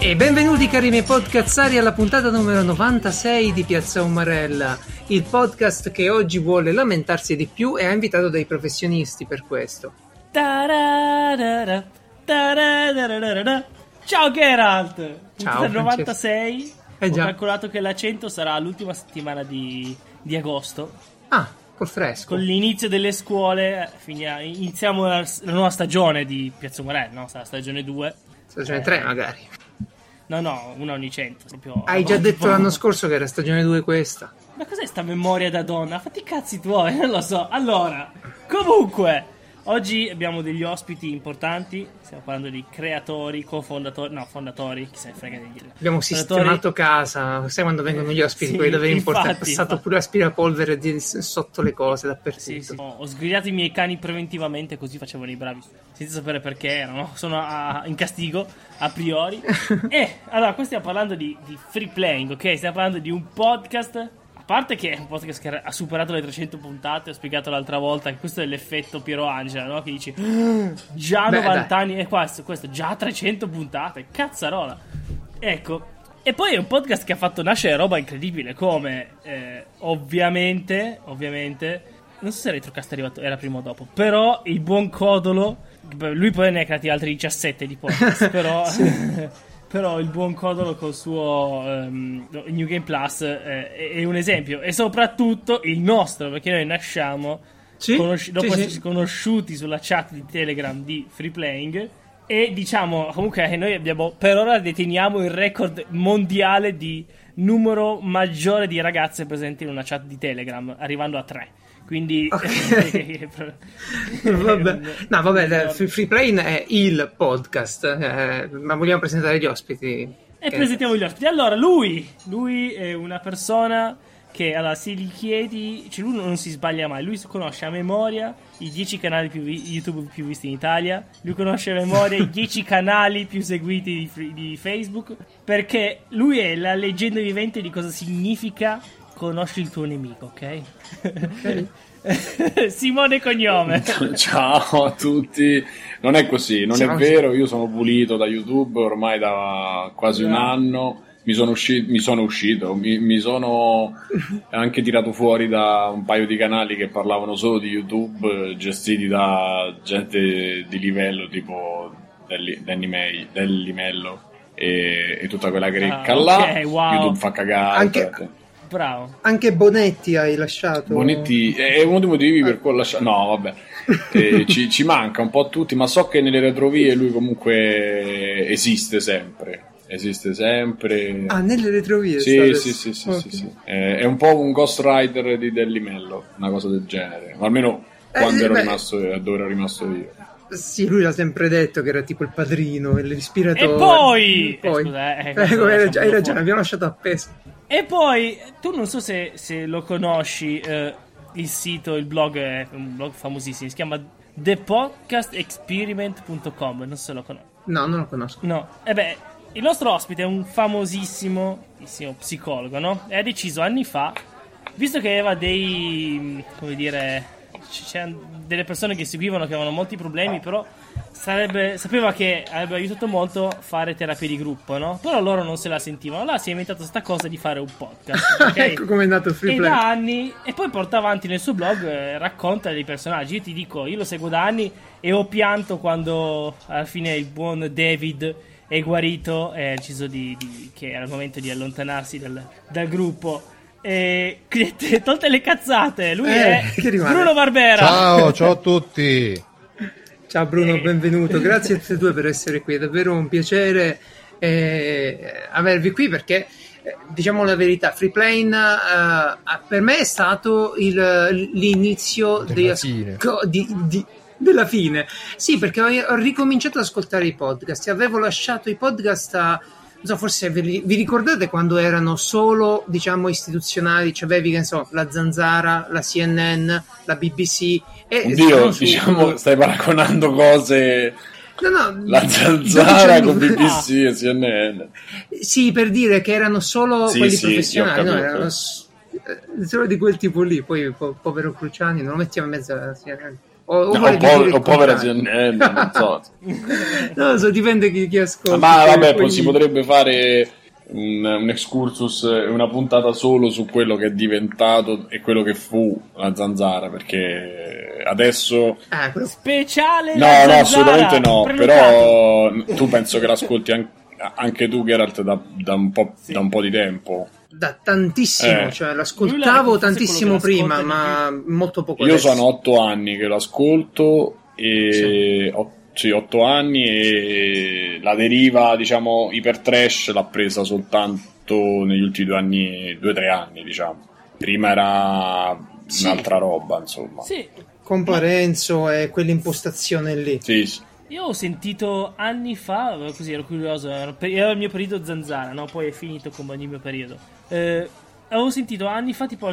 E benvenuti cari miei podcazzari alla puntata numero 96 di Piazza Umarella, il podcast che oggi vuole lamentarsi di più e ha invitato dei professionisti per questo. Ciao Geralt! Ciao, Puntata 96, ho già. calcolato che la 100 sarà l'ultima settimana di agosto. Ah, col fresco. Con l'inizio delle scuole iniziamo la nuova stagione di Piazza Umarella, no? Sarà stagione 2. Stagione 3 magari. No, una ogni 100. Proprio Hai già detto l'anno scorso che era stagione 2 questa. Ma cos'è sta memoria da donna? Fatti i cazzi tuoi, non lo so. Allora, comunque, oggi abbiamo degli ospiti importanti. Stiamo parlando di creatori, cofondatori, no, fondatori, chi se ne frega di dire. Abbiamo sistemato casa, sai quando vengono gli ospiti, Sì, quelli dove è infatti, passato pure l'aspirapolvere sotto le cose dappertutto. Sì. Ho sgridato i miei cani preventivamente, così facevano i bravi, senza sapere perché erano. Sono in castigo a priori. E allora, qua stiamo parlando di free playing, ok? Stiamo parlando di un podcast. A parte che è un podcast che ha superato le 300 puntate, ho spiegato l'altra volta che questo è l'effetto Piero Angela, no? Che dici già 90 anni e questo già 300 puntate, cazzarola. Ecco. E poi è un podcast che ha fatto nascere roba incredibile, come ovviamente non so se Retrocast è arrivato, era prima o dopo, però il buon Codolo, lui poi ne ha creati altri 17 di podcast, però però il buon Codolo col suo New Game Plus è un esempio, e soprattutto il nostro, perché noi nasciamo dopo esserci conosciuti sulla chat di Telegram di Free Playing, e diciamo comunque noi abbiamo, per ora deteniamo il record mondiale di numero maggiore di ragazze presenti in una chat di Telegram, arrivando a 3. Quindi okay. vabbè, Free Playing è il podcast, ma vogliamo presentare gli ospiti? E presentiamo gli ospiti. Allora, lui è una persona che, allora, se gli chiedi, cioè lui non si sbaglia mai. Lui conosce a memoria i 10 canali YouTube più visti in Italia. Lui conosce a memoria i 10 canali più seguiti di Facebook, perché lui è la leggenda vivente di cosa significa conosci il tuo nemico, ok? Simone Cognome. Ciao a tutti. Non è così, non è vero. Io sono pulito da YouTube ormai da quasi un anno. Mi sono anche tirato fuori da un paio di canali che parlavano solo di YouTube, gestiti da gente di livello tipo Danny Mello e tutta quella grecca là. Wow. YouTube fa cagare. Bravo. Anche Bonetti hai lasciato. Bonetti è uno dei motivi per cui ho lasciato. No, vabbè. Ci manca un po' a tutti, ma so che nelle retrovie lui comunque esiste sempre. Ah, nelle retrovie? Sì. È un po' un Ghost Rider di Danny Mello, una cosa del genere. Ma almeno quando ero rimasto, dove ero rimasto io. Sì, lui l'ha sempre detto che era tipo il padrino, l'ispiratore. E poi scusa, hai ragione, abbiamo lasciato appeso. E poi, tu non so se lo conosci, il sito, il blog, è un blog famosissimo, si chiama thepodcastexperiment.com, non so se lo conosci. No, non lo conosco. No, il nostro ospite è un famosissimo psicologo, no? E ha deciso anni fa, visto che aveva c'erano delle persone che seguivano che avevano molti problemi, però sapeva che avrebbe aiutato molto fare terapia di gruppo, no? Però loro non se la sentivano. Allora si è inventato sta cosa di fare un podcast, okay? Ecco come è nato il Free Play. E da anni, e poi porta avanti nel suo blog, racconta dei personaggi. Io ti dico, io lo seguo da anni e ho pianto quando alla fine il buon David è guarito e ha deciso che era il momento di allontanarsi dal gruppo. E tolte le cazzate, lui è Bruno Barbera. Ciao a tutti. Ciao Bruno, benvenuto. Grazie a tutti e due per essere qui, è davvero un piacere avervi qui, perché diciamo la verità, Free Playing per me è stato l'inizio della fine. Sì, perché ho ricominciato ad ascoltare i podcast. Avevo lasciato i podcast non so, forse vi ricordate quando erano solo, diciamo, istituzionali, cioè avevi, che ne so, la Zanzara, la CNN, la BBC e oddio, diciamo, stai paragonando cose. No, la Zanzara con BBC e CNN. Sì, per dire che erano solo quelli professionali, no, erano solo di quel tipo lì. Poi povero Cruciani non lo mettiamo in mezzo alla CNN. o povera Ziannelli, non so. Non lo so, dipende chi ascolta. Ma vabbè, poi si potrebbe fare un excursus, una puntata solo su quello che è diventato e quello che fu la Zanzara, perché adesso speciale no, assolutamente no. Però tu penso che l'ascolti anche tu, Geralt, da un po' di tempo. Da tantissimo, cioè l'ascoltavo tantissimo prima, ma molto poco io adesso. sono 8 anni che l'ascolto e 8 anni, e la deriva, diciamo, iper trash l'ha presa soltanto negli ultimi 2 anni, 2-3 anni, diciamo. Prima era un'altra roba, insomma. Sì. Con Parenzo e quell'impostazione lì. Sì. Io ho sentito anni fa, così ero curioso, era il mio periodo Zanzara, no? Poi è finito come ogni mio periodo. Avevo sentito anni fa, tipo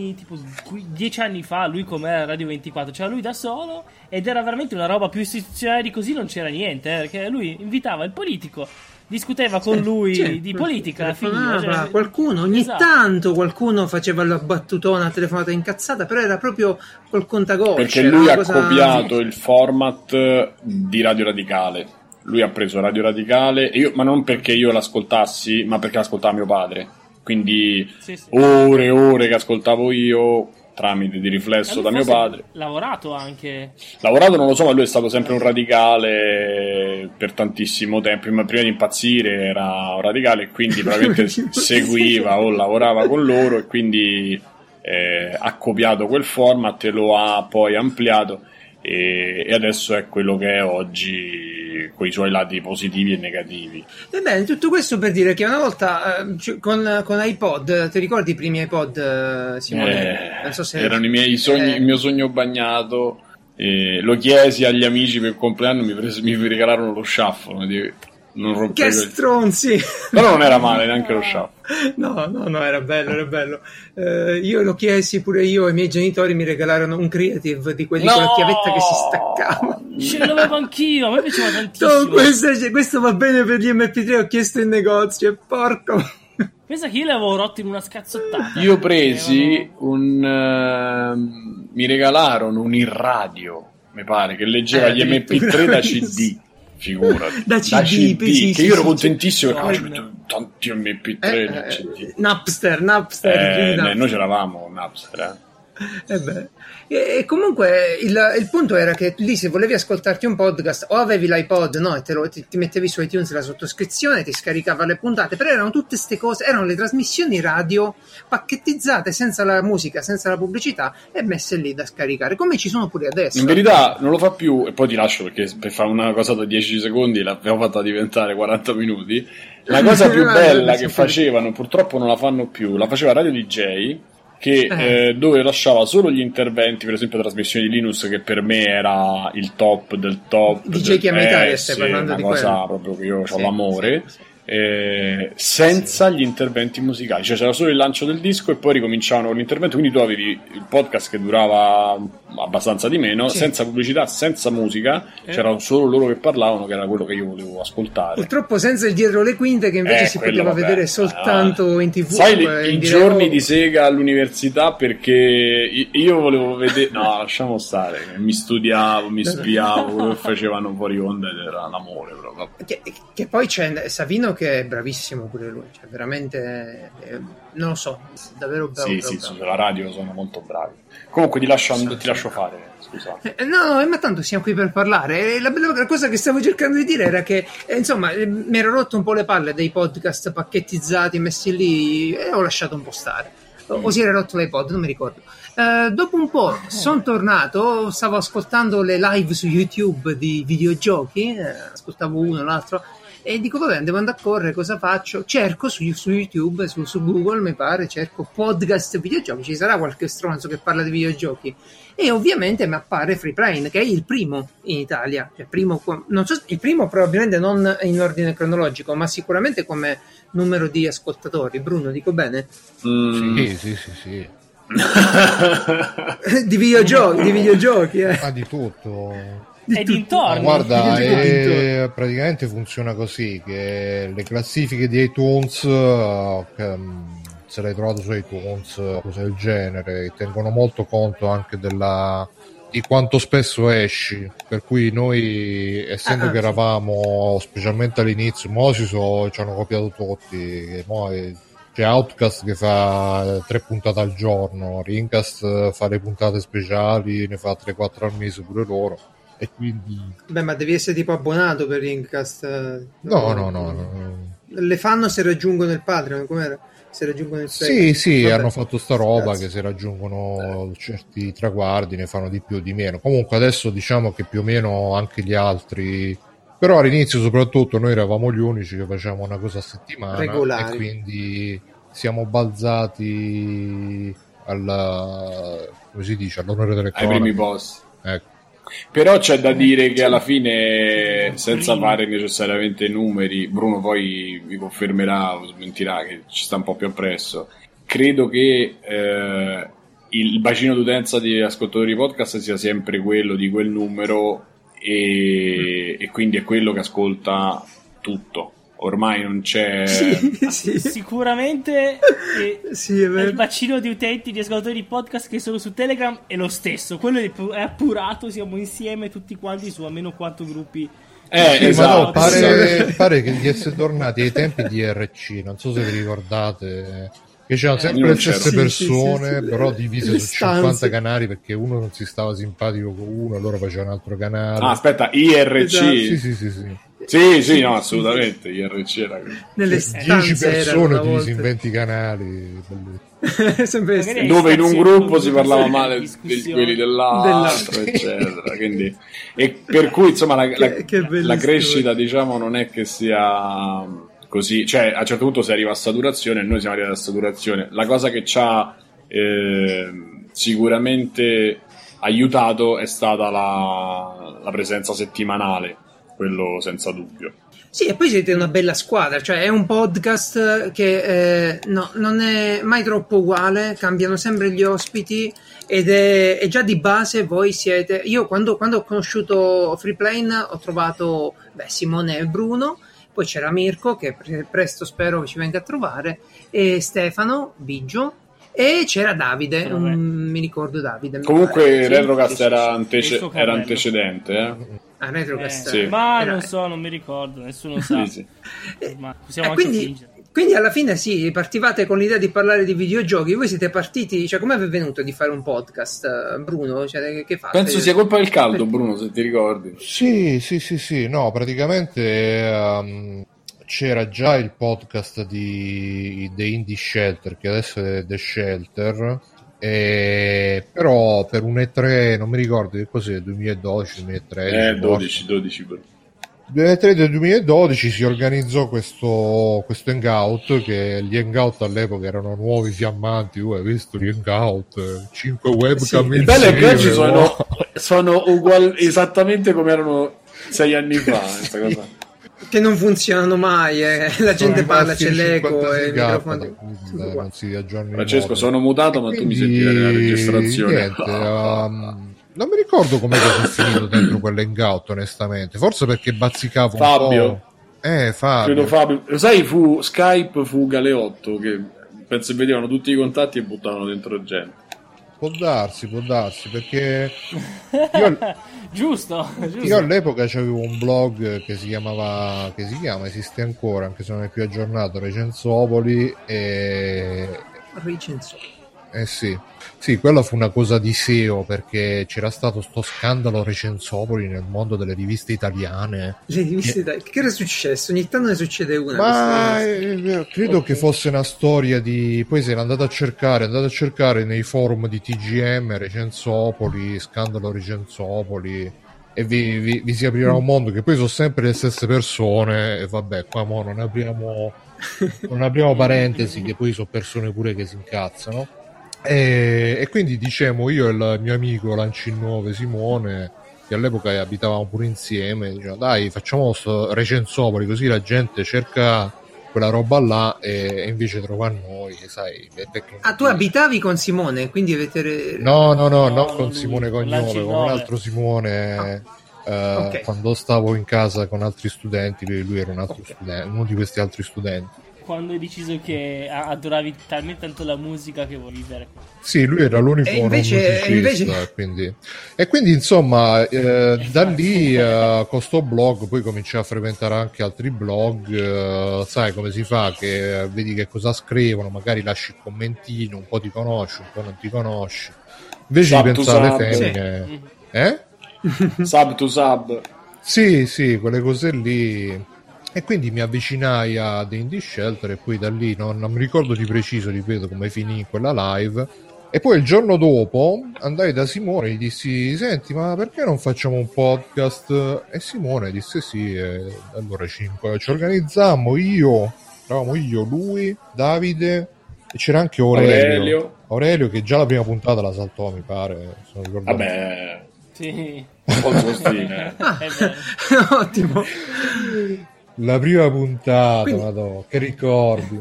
10 anni fa, lui com'era Radio 24, cioè lui da solo, ed era veramente una roba più istituzionale di così, non c'era niente, perché lui invitava il politico, discuteva con lui di politica, qualcuno, ogni tanto qualcuno faceva la battutona, la telefonata incazzata, però era proprio col contagocce. Perché lui ha copiato il format di Radio Radicale. Lui ha preso Radio Radicale, ma non perché io l'ascoltassi, ma perché l'ascoltava mio padre. Quindi ore e ore che ascoltavo io tramite di riflesso da mio padre. Lavorato anche? Lavorato non lo so, ma lui è stato sempre un radicale per tantissimo tempo. Prima di impazzire era un radicale, e quindi probabilmente seguiva o lavorava con loro, e quindi ha copiato quel format e lo ha poi ampliato, e adesso è quello che è oggi, con i suoi lati positivi e negativi. Bene, tutto questo per dire che una volta con iPod, ti ricordi i primi iPod, Simone? Non so se erano i miei sogni, il mio sogno bagnato. Lo chiesi agli amici per il compleanno, mi regalarono lo shuffle. Che stronzi! Però non era male neanche lo shuffle. No, era bello. Io lo chiesi pure io, e i miei genitori mi regalarono un Creative di quelli con la chiavetta che si staccava. Ce l'avevo anch'io, a me piaceva tantissimo. Questo va bene per gli MP3, ho chiesto in negozio, e porco. Pensa che io li avevo rotti in una scazzottata. Io presi mi regalarono un irradio, mi pare, che leggeva gli MP3 da CD. Figurati, da CD, che io ero contentissimo perché ci metto tanti MP3 nel CD. Napster noi c'eravamo Napster, E comunque il punto era che lì, se volevi ascoltarti un podcast, o avevi l'iPod, no, e ti mettevi su iTunes la sottoscrizione, ti scaricava le puntate, però erano tutte ste cose, erano le trasmissioni radio pacchettizzate, senza la musica, senza la pubblicità, e messe lì da scaricare, come ci sono pure adesso. In verità non lo fa più, e poi ti lascio perché per fare una cosa da 10 secondi l'abbiamo fatta diventare 40 minuti. La cosa più bella che facevano, purtroppo non la fanno più, la faceva Radio DJ, che dove lasciava solo gli interventi, per esempio trasmissioni di Linus, che per me era il top del top. DJ Chiama Italia, stai parlando di quello. Una cosa proprio che io ho l'amore. Senza gli interventi musicali, cioè c'era solo il lancio del disco e poi ricominciavano con l'intervento, quindi tu avevi il podcast che durava abbastanza di meno, senza pubblicità, senza musica, c'erano solo loro che parlavano, che era quello che io volevo ascoltare. Purtroppo senza il dietro le quinte, che invece si poteva vedere soltanto in TV. Sai, i giorni di sega all'università, perché io volevo vedere, no, lasciamo stare, mi studiavo, mi spiavo quello che facevano fuori onda, ed era l'amore proprio. Che poi c'è Savino, che è bravissimo pure lui, cioè veramente non lo so, davvero bravo. Sì, sulla radio sono molto bravi. Comunque ti lascio fare, scusa. No, ma tanto siamo qui per parlare. La bella cosa che stavo cercando di dire era che insomma mi ero rotto un po' le palle dei podcast pacchettizzati messi lì, e ho lasciato un po' stare. O si era rotto l'iPod, non mi ricordo. Dopo un po' sono tornato, stavo ascoltando le live su YouTube di videogiochi, ascoltavo uno, l'altro, e dico vabbè, devo andare a correre, cosa faccio? Cerco su YouTube, su Google mi pare, cerco podcast videogiochi, ci sarà qualche stronzo che parla di videogiochi, e ovviamente mi appare Freeplane, che è il primo in Italia, cioè non so, il primo probabilmente non in ordine cronologico, ma sicuramente come numero di ascoltatori. Bruno, dico bene? Sì. di videogiochi di tutto. E dintorni. Guarda, praticamente funziona così, che le classifiche di iTunes, se l'hai trovato su iTunes, cose del genere, tengono molto conto anche della di quanto spesso esci, per cui noi, essendo che eravamo, specialmente all'inizio, mo ci hanno copiato tutti, che mo c'è Outcast che fa 3 puntate al giorno, Rincast fa le puntate speciali, ne fa 3-4 al mese pure loro, e quindi... Beh, ma devi essere tipo abbonato per Rincast? No. Le fanno se raggiungono il Patreon, com'era? Se raggiungono il sì, vabbè. hanno fatto sta roba che se raggiungono certi traguardi ne fanno di più o di meno. Comunque adesso diciamo che più o meno anche gli altri, però all'inizio soprattutto noi eravamo gli unici che facevamo una cosa a settimana, regolari, e quindi siamo balzati come si dice, all'onore delle cronache, ai primi posti. Ecco. Però c'è da dire che alla fine, senza fare necessariamente numeri, Bruno poi vi confermerà o smentirà che ci sta un po' più appresso, credo che il bacino d'utenza di ascoltatori di podcast sia sempre quello di quel numero, e quindi è quello che ascolta tutto. Ormai non c'è... Sì. Sicuramente sì, è vero. il bacino di utenti, di ascoltatori di podcast che sono su Telegram è lo stesso. Quello è appurato, siamo insieme tutti quanti su almeno 4 gruppi. Sì, esatto. ma no, pare che gli essere tornati ai tempi di RC, non so se vi ricordate, che c'erano sempre le stesse persone, però divise su 50 canali, perché uno non si stava simpatico con uno, allora faceva un altro canale. Ah, aspetta, IRC? Sì. Sì, no, assolutamente. IRC era nelle 10 persone divisi in 20 canali, dove in un gruppo si parlava male di quelli dell'altro, eccetera. Quindi, e per cui insomma la crescita, diciamo, non è che sia così, cioè a un certo punto si arriva a saturazione, e noi siamo arrivati a saturazione. La cosa che ci ha sicuramente aiutato è stata la presenza settimanale, quello senza dubbio. Sì, e poi siete una bella squadra, cioè è un podcast che non è mai troppo uguale, cambiano sempre gli ospiti, ed è già di base voi siete... Io quando ho conosciuto Freeplane ho trovato Simone e Bruno, poi c'era Mirko che presto spero che ci venga a trovare, e Stefano, Biggio, e c'era Davide, mi ricordo Davide. Comunque Retrocast era antecedente, Retrocast, sì. Ma non mi ricordo, nessuno sa. Sì. Ma possiamo anche fingere. Quindi alla fine sì, partivate con l'idea di parlare di videogiochi. Voi siete partiti, cioè come è venuto di fare un podcast, Bruno? Cioè, che fate? Penso sia colpa del caldo, Bruno, se ti ricordi. Sì, no, praticamente c'era già il podcast di The Indie Shelter, che adesso è The Shelter, però per un E3, non mi ricordo che cos'è, 2012, 2013. 12 però. 2003 del 2012 si organizzò questo hangout, che gli hangout all'epoca erano nuovi, fiammanti. Tu hai visto gli hangout, 5 webcam il bello è che oggi sono uguali, esattamente come erano 6 anni fa, questa cosa. Che non funzionano mai, la gente parla, c'è l'eco e il microfono non si aggiorna. Francesco, sono mutato, ma tu mi sentirai nella registrazione. Niente, non mi ricordo com'è che sono finito dentro quell'hangout, onestamente. Forse perché bazzicavo Fabio. un po'. Fabio. Credo Fabio. Lo sai, Skype fu Galeotto, che penso che vedevano tutti i contatti e buttavano dentro gente. Può darsi, perché giusto. Io all'epoca c'avevo un blog che si chiama, esiste ancora, anche se non è più aggiornato, Recensopoli, sì, quella fu una cosa di SEO, perché c'era stato sto scandalo Recensopoli nel mondo delle riviste italiane. Le riviste che era successo? Ogni tanto ne succede una. Ma credo che fosse una storia di... Poi se andate a cercare nei forum di TGM, Recensopoli, scandalo Recensopoli, e vi si aprirà un mondo, che poi sono sempre le stesse persone, e vabbè, qua mo non apriamo parentesi, che poi sono persone pure che si incazzano. E quindi diciamo, io e il mio amico Lancinove Simone, che all'epoca abitavamo pure insieme, diciamo, dai, facciamo sto Recensopoli, così la gente cerca quella roba là e invece trova noi, sai. Tu abitavi con Simone, quindi avete... No, non con Simone Cognome, con un altro Simone. Okay. Quando stavo in casa con altri studenti, lui era un altro studente, uno di questi altri studenti. quando hai deciso che adoravi talmente tanto la musica che vuoi vivere. Sì, lui era l'unico musicista, quindi insomma da lì con sto blog poi cominciai a frequentare anche altri blog, sai come si fa, che vedi che cosa scrivono, magari lasci il commentino, un po' ti conosci, un po' non ti conosci, invece di pensare alle femmine sub to sub, sì, quelle cose lì. E quindi mi avvicinai a The Indie Shelter e poi da lì non mi ricordo di preciso, ripeto, come finì quella live. E poi il giorno dopo andai da Simone e gli dissi: senti, ma perché non facciamo un podcast? E Simone disse sì, e allora ci organizzammo, eravamo io, lui, Davide e c'era anche Aurelio che già la prima puntata la saltò, mi pare, se non ricordo. Vabbè, sì, un po' il suo stile. Ottimo. La prima puntata, madonna, che ricordi.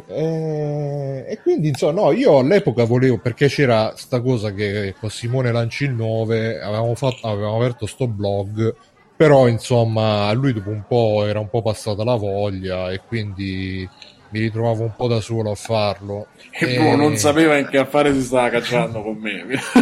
E quindi insomma, no, io all'epoca volevo, perché c'era sta cosa che con Simone Lanci il 9 avevamo aperto sto blog, però insomma a lui dopo un po' era un po' passata la voglia e quindi mi ritrovavo un po' da solo a farlo. E non sapeva in che affare si stava cacciando con me.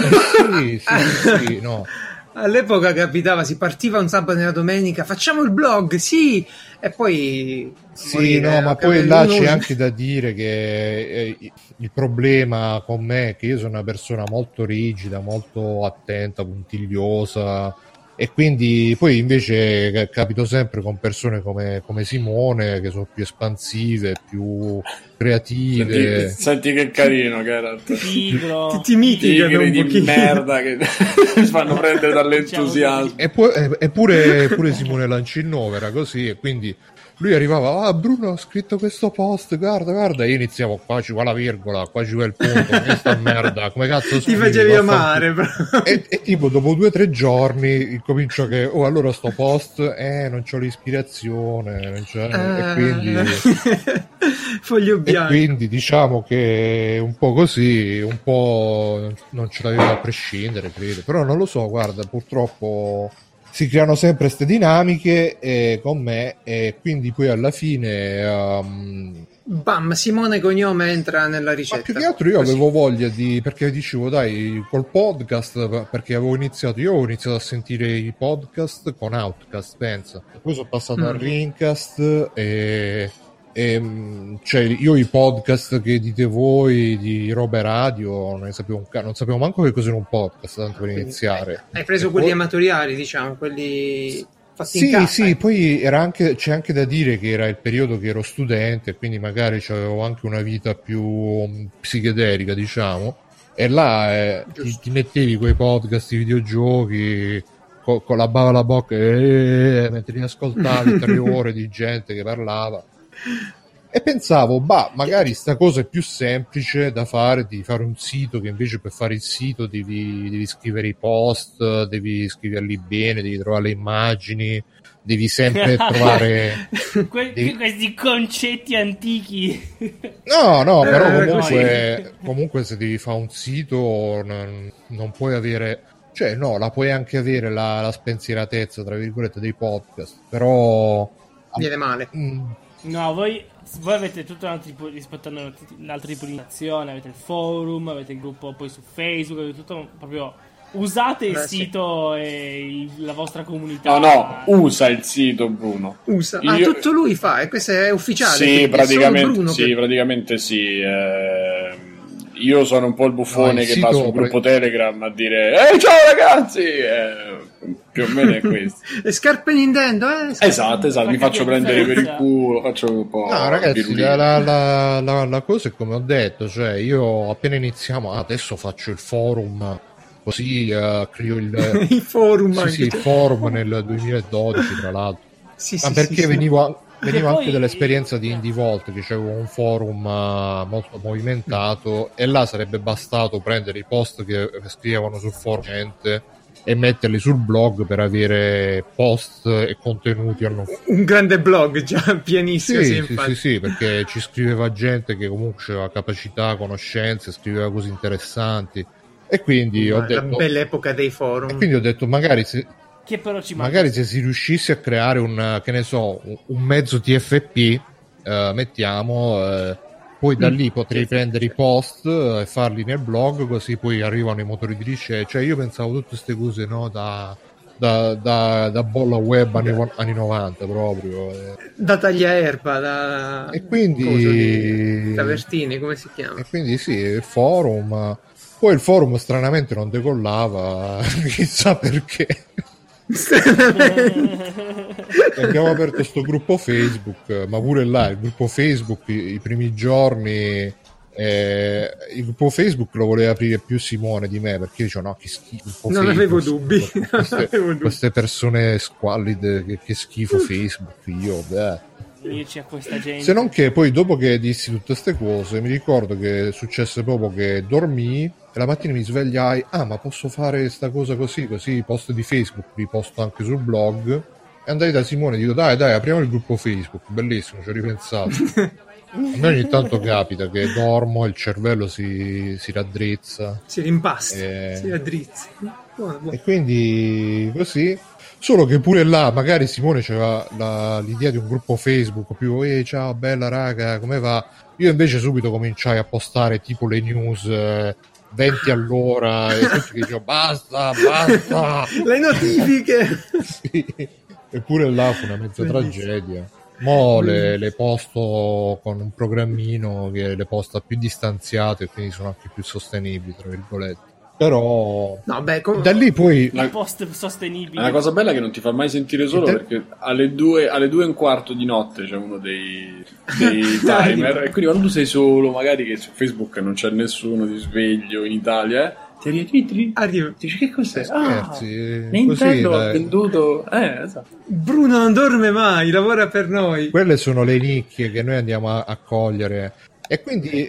Sì, no. All'epoca capitava, si partiva un sabato e una domenica, facciamo il blog, sì, e poi... Sì, no, ma poi là c'è anche da dire che il problema con me è che io sono una persona molto rigida, molto attenta, puntigliosa, e quindi poi invece capito sempre con persone come Simone, che sono più espansive, più creative. Senti che carino che era. Ti mitigano un di pochino. Merda che si fanno prendere dall'entusiasmo. Pure Simone Lanci il 9 era così, e quindi lui arrivava: Bruno, ho scritto questo post, guarda, e io iniziavo: qua ci va la virgola, qua ci va il punto, questa merda, come cazzo ti facevi amare e tipo dopo 2 o 3 giorni comincio che allora sto post non c'ho l'ispirazione, e quindi foglio bianco, e quindi diciamo che un po' così, un po' non ce l'avevo a prescindere, credo, però non lo so, guarda, purtroppo si creano sempre queste dinamiche con me, e quindi poi alla fine bam, Simone Cognome entra nella ricetta. Ma più che altro io avevo voglia perché dicevo dai, col podcast, perché io avevo iniziato a sentire i podcast con Outcast, pensa, poi sono passato a Rincast cioè io i podcast che dite voi di robe radio non sapevo manco che cos'era un podcast, tanto per iniziare. Hai preso quelli amatoriali, diciamo, quelli fatti in casa. Sì, poi c'è anche da dire che era il periodo che ero studente, quindi magari avevo anche una vita più psichedelica, diciamo, e là ti mettevi quei podcast di videogiochi con la bava alla bocca mentre li ascoltavi 3 ore di gente che parlava. E pensavo, magari sta cosa è più semplice da fare, di fare un sito, che invece per fare il sito devi scrivere i post, devi scriverli bene, devi trovare le immagini, devi sempre trovare questi concetti antichi. No, però comunque se devi fare un sito non puoi avere, cioè no, la puoi anche avere la spensieratezza tra virgolette dei podcast, però viene male. No, voi avete tutto un altro tipo, rispetto a un altro tipo di azione, avete il forum, avete il gruppo poi su Facebook, avete tutto proprio. Usate il sito e la vostra comunità. No, usa il sito, Bruno. Usa. Tutto lui fa, e questo è ufficiale. Sì, praticamente sì. Io sono un po' il buffone che va sul gruppo Telegram a dire ciao ragazzi, più o meno è questo. E scarpe Nintendo, esatto, mi faccio prendere per il culo, faccio un po'. No, ragazzi, la cosa è come ho detto, cioè io appena iniziamo adesso faccio il forum, così creo il forum, il forum nel 2012 tra l'altro, ma perché sì. venivo anche dall'esperienza di Indie Vault, che c'avevo un forum molto movimentato, e là sarebbe bastato prendere i post che scrivevano sul forum e metterli sul blog per avere post e contenuti. Un grande blog già pienissimo. Sì, perché ci scriveva gente che comunque aveva capacità, conoscenze, scriveva cose interessanti, e quindi ho detto, la bella epoca dei forum, e quindi ho detto magari se che però se si riuscisse a creare un mezzo TFP, mettiamo, poi da lì potrei prendere i post e farli nel blog, così poi arrivano i motori di ricerca. Cioè io pensavo tutte queste cose, no, da bolla web anni 90 proprio, da tagliaerba, e quindi Tavertini, come si chiama? E quindi sì, il forum. Poi il forum stranamente non decollava, chissà perché. Abbiamo aperto sto gruppo Facebook, ma pure là il gruppo Facebook i primi giorni, il gruppo Facebook lo voleva aprire più Simone di me, perché io dicevo no, che schifo non Facebook, avevo dubbi. queste persone squallide, che schifo Facebook, io Unirci a questa gente. se non che poi dopo che dissi tutte queste cose mi ricordo che successe proprio che dormii e la mattina mi svegliai, ma posso fare sta cosa così i post di Facebook li posto anche sul blog, e andai da Simone e dico dai apriamo il gruppo Facebook, bellissimo, ci ho ripensato. A me ogni tanto capita che dormo e il cervello si raddrizza, si rimpasta, si raddrizza, e quindi così. Solo che pure là magari Simone c'aveva l'idea di un gruppo Facebook più ciao bella raga, come va? Io invece subito cominciai a postare tipo le news 20 all'ora e tutti che dicevo basta le notifiche. sì. Eppure là fu una mezza tragedia. Mo le posto con un programmino che le posta più distanziate e quindi sono anche più sostenibili, tra virgolette. Però no, da lì poi il post sostenibile. La cosa bella è che non ti fa mai sentire solo, perché alle 2:15 di notte c'è uno dei timer, e quindi quando tu sei solo, magari che su Facebook non c'è nessuno di sveglio in Italia, ti arriva, dici che cos'è? Scherzi, Nintendo così, ha venduto, esatto. Bruno non dorme mai, lavora per noi. Quelle sono le nicchie che noi andiamo a cogliere. E quindi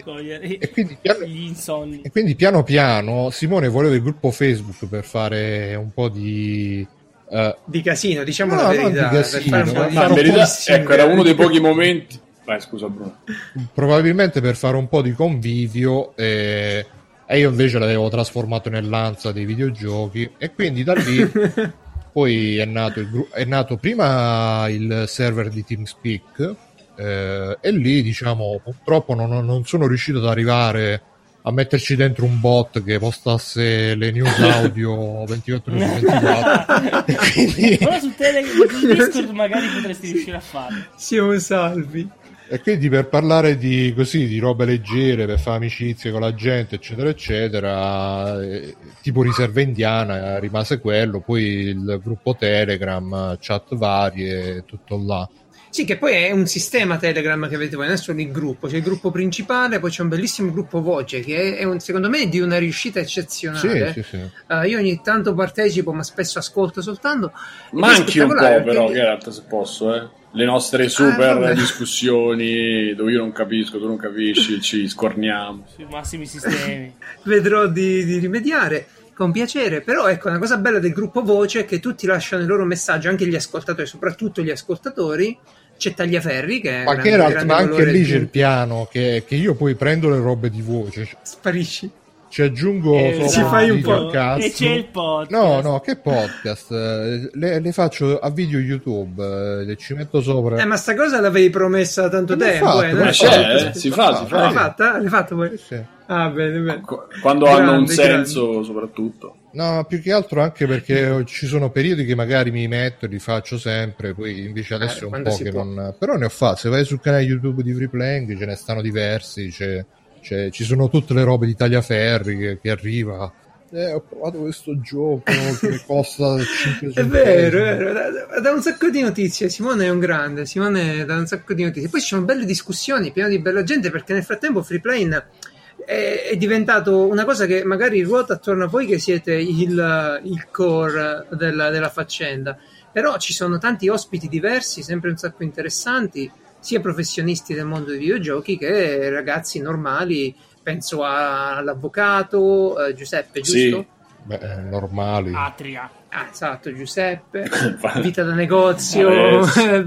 gli insonni. E quindi piano piano Simone voleva il gruppo Facebook per fare un po' di casino, diciamo la verità, di casino, per fare un po' verità, ecco, era uno dei pochi momenti. Vai, scusa Bruno. Probabilmente per fare un po' di convivio, e io invece l'avevo trasformato nell'ansia dei videogiochi, e quindi da lì poi è nato prima il server di TeamSpeak. E lì diciamo purtroppo non sono riuscito ad arrivare a metterci dentro un bot che postasse le news audio 24 ore su 24. Quindi... però su Discord magari potresti riuscire a farlo. Siamo salvi. E quindi per parlare di robe leggere, per fare amicizie con la gente eccetera eccetera, tipo riserva indiana rimase quello, poi il gruppo Telegram, chat varie, tutto là. Sì, che poi è un sistema Telegram che avete voi, non è solo il gruppo, c'è il gruppo principale, poi c'è un bellissimo gruppo voce che è secondo me di una riuscita eccezionale. Sì. Io ogni tanto partecipo, ma spesso ascolto soltanto. Manchi un po', perché... però, Geralt, se posso, le nostre super discussioni dove io non capisco, tu non capisci, ci scorniamo sui massimi sistemi. Vedrò di rimediare con piacere, però ecco, una cosa bella del gruppo voce è che tutti lasciano il loro messaggio, anche gli ascoltatori, soprattutto gli ascoltatori. C'è Tagliaferri che ma anche lì c'è il piano che io poi prendo le robe di voce, sparisci, ci aggiungo ci fai un po', e c'è il podcast. No, che podcast? Le faccio a video YouTube, le ci metto sopra. Ma sta cosa l'avevi promessa da tanto tempo, si fa. L'hai fatta poi? Sì. Ah, bene. Quando hanno un senso, soprattutto. No, più che altro anche perché ci sono periodi che magari mi metto e li faccio sempre, poi invece adesso è un po' che non... Però ne ho fatto, se vai sul canale YouTube di Free Playing ce ne stanno diversi, ci sono tutte le robe di Tagliaferri che arriva. Ho provato questo gioco che mi costa 5 è vero, dà un sacco di notizie. Simone è un grande, Simone dà un sacco di notizie. Poi ci sono belle discussioni, pieno di bella gente, perché nel frattempo Free Playing è diventato una cosa che magari ruota attorno a voi che siete il core della faccenda, però ci sono tanti ospiti diversi, sempre un sacco interessanti, sia professionisti del mondo dei videogiochi che ragazzi normali. Penso all'avvocato Giuseppe, giusto? Sì. Beh, normali. Atria. Esatto, Giuseppe. Vita da negozio.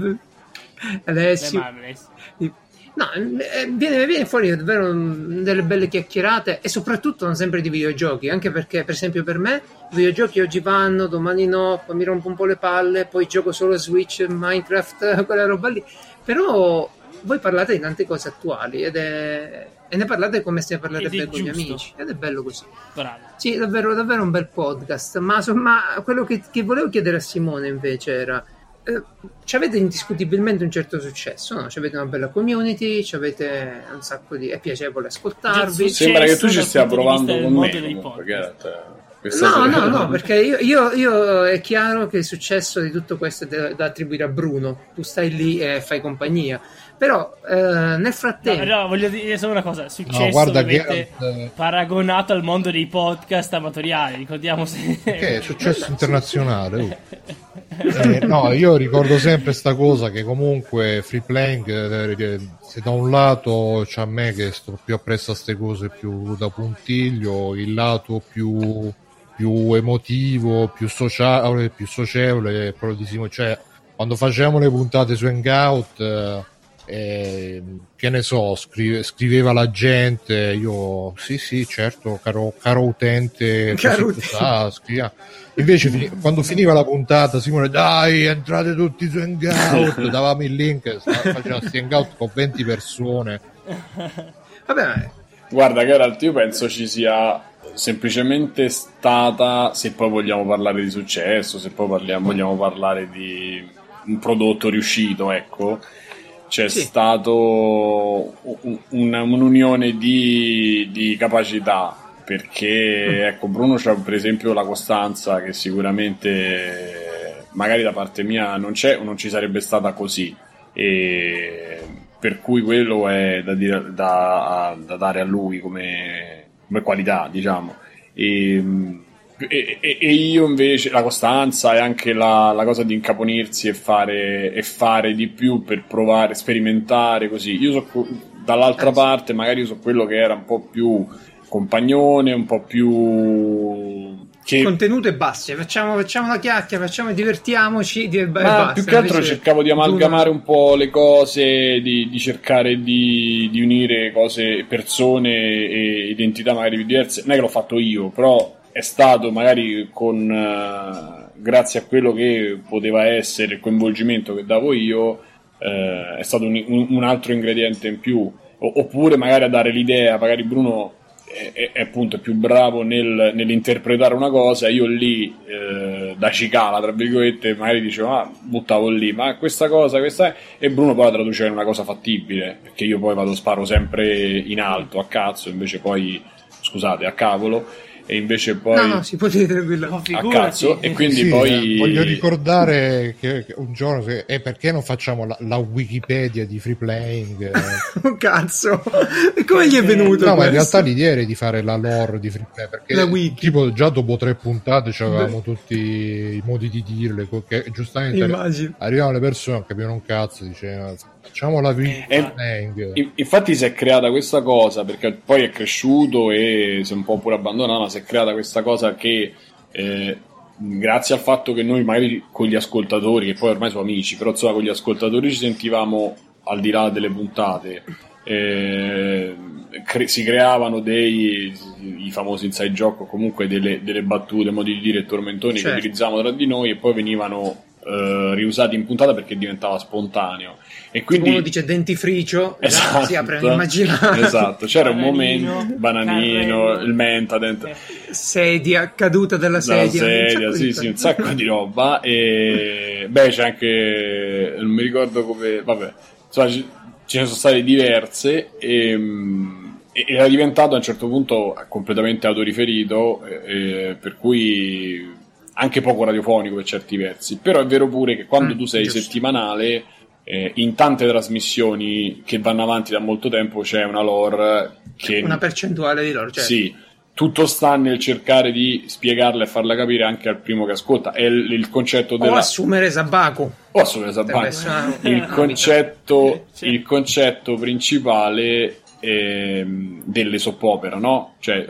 Alessio. No, viene fuori davvero delle belle chiacchierate, e soprattutto non sempre di videogiochi, anche perché per esempio per me i videogiochi oggi vanno, domani no, poi mi rompo un po' le palle, poi gioco solo a Switch, Minecraft, quella roba lì, però voi parlate di tante cose attuali e ne parlate come se ne parlerebbe con gli amici, ed è bello così. Bravo. Sì, davvero, davvero un bel podcast. Ma insomma, quello che volevo chiedere a Simone invece era: c'avete indiscutibilmente un certo successo, no? C'avete una bella community, c'avete un sacco di... è piacevole ascoltarvi. Sembra che tu ci stia provando con me. No, perché io è chiaro che il successo di tutto questo è da attribuire a Bruno. Tu stai lì e fai compagnia. Però nel frattempo... No, voglio dire solo una cosa. Successo ovviamente paragonato al mondo dei podcast amatoriali. Ricordiamo se... Che è successo internazionale. No, io ricordo sempre sta cosa che comunque Free Playing, se da un lato c'è a me che sto più appresso a ste cose più da puntiglio, il lato più emotivo, più sociale, cioè quando facevamo le puntate su Hangout, che ne so, scriveva la gente, io sì certo, caro utente, scriveva. Invece quando finiva la puntata Simone, dai, entrate tutti su Hangout, davamo il link, facevamo sti Hangout con 20 persone. Vabbè, guarda Geralt, io penso ci sia semplicemente stata, se poi vogliamo parlare di successo, se poi vogliamo parlare di un prodotto riuscito, ecco, c'è stato un'unione di capacità, perché ecco, Bruno c'ha per esempio la costanza che sicuramente magari da parte mia non c'è o non ci sarebbe stata così, e per cui quello è da dare a lui come qualità, diciamo. E io invece la costanza e anche la cosa di incaponirsi e fare di più per provare, sperimentare, così. Io dall'altra parte magari io so quello che era un po' più compagnone, un po' più contenuto e basta, facciamo la chiacchiera, divertiamoci e basta. Più che altro cercavo di amalgamare un po' le cose, di cercare di unire cose, persone e identità magari più diverse. Non è che l'ho fatto io, però è stato magari grazie a quello che poteva essere il coinvolgimento che davo io, è stato un altro ingrediente in più, oppure magari a dare l'idea, magari Bruno è appunto più bravo nell'interpretare una cosa, io lì da cicala tra virgolette magari dicevo buttavo lì, ma questa è, e Bruno poi la traduceva in una cosa fattibile, perché io poi sparo sempre in alto a cazzo, invece poi scusate, a cavolo, e invece poi no, si può dire tranquillo, a cazzo, e quindi poi voglio ricordare che un giorno perché non facciamo la Wikipedia di Free Playing? Un cazzo, e come gli è venuto? No, ma in realtà l'idea era di fare la lore di Free Playing, perché tipo già dopo 3 puntate avevamo tutti i modi di dirle, che giustamente arrivavano le persone, non capivano un cazzo, dicevano facciamo la Free Playing. Infatti si è creata questa cosa, perché poi è cresciuto e si è un po' pure abbandonato, ma si è creata questa cosa che grazie al fatto che noi magari con gli ascoltatori, che poi ormai sono amici, però insomma con gli ascoltatori ci sentivamo al di là delle puntate, si creavano i famosi inside joke, o comunque delle battute, modi di dire e tormentoni che utilizzavamo tra di noi, e poi venivano riusati in puntata perché diventava spontaneo, e quindi uno dice dentifricio, esatto, si apre un immaginario, esatto, c'era un momento bananino, il menta dentro, sedia, caduta della sedia, un sacco di roba, e c'è anche, non mi ricordo come, vabbè, insomma ce ne sono state diverse, e era diventato a un certo punto completamente autoriferito, per cui anche poco radiofonico per certi versi. Però è vero pure che quando tu sei settimanale, in tante trasmissioni che vanno avanti da molto tempo c'è una lore, una percentuale di lore, sì, tutto sta nel cercare di spiegarla e farla capire anche al primo che ascolta. È il concetto o assumere Sabaco. Il concetto principale delle soap opera, no? Cioè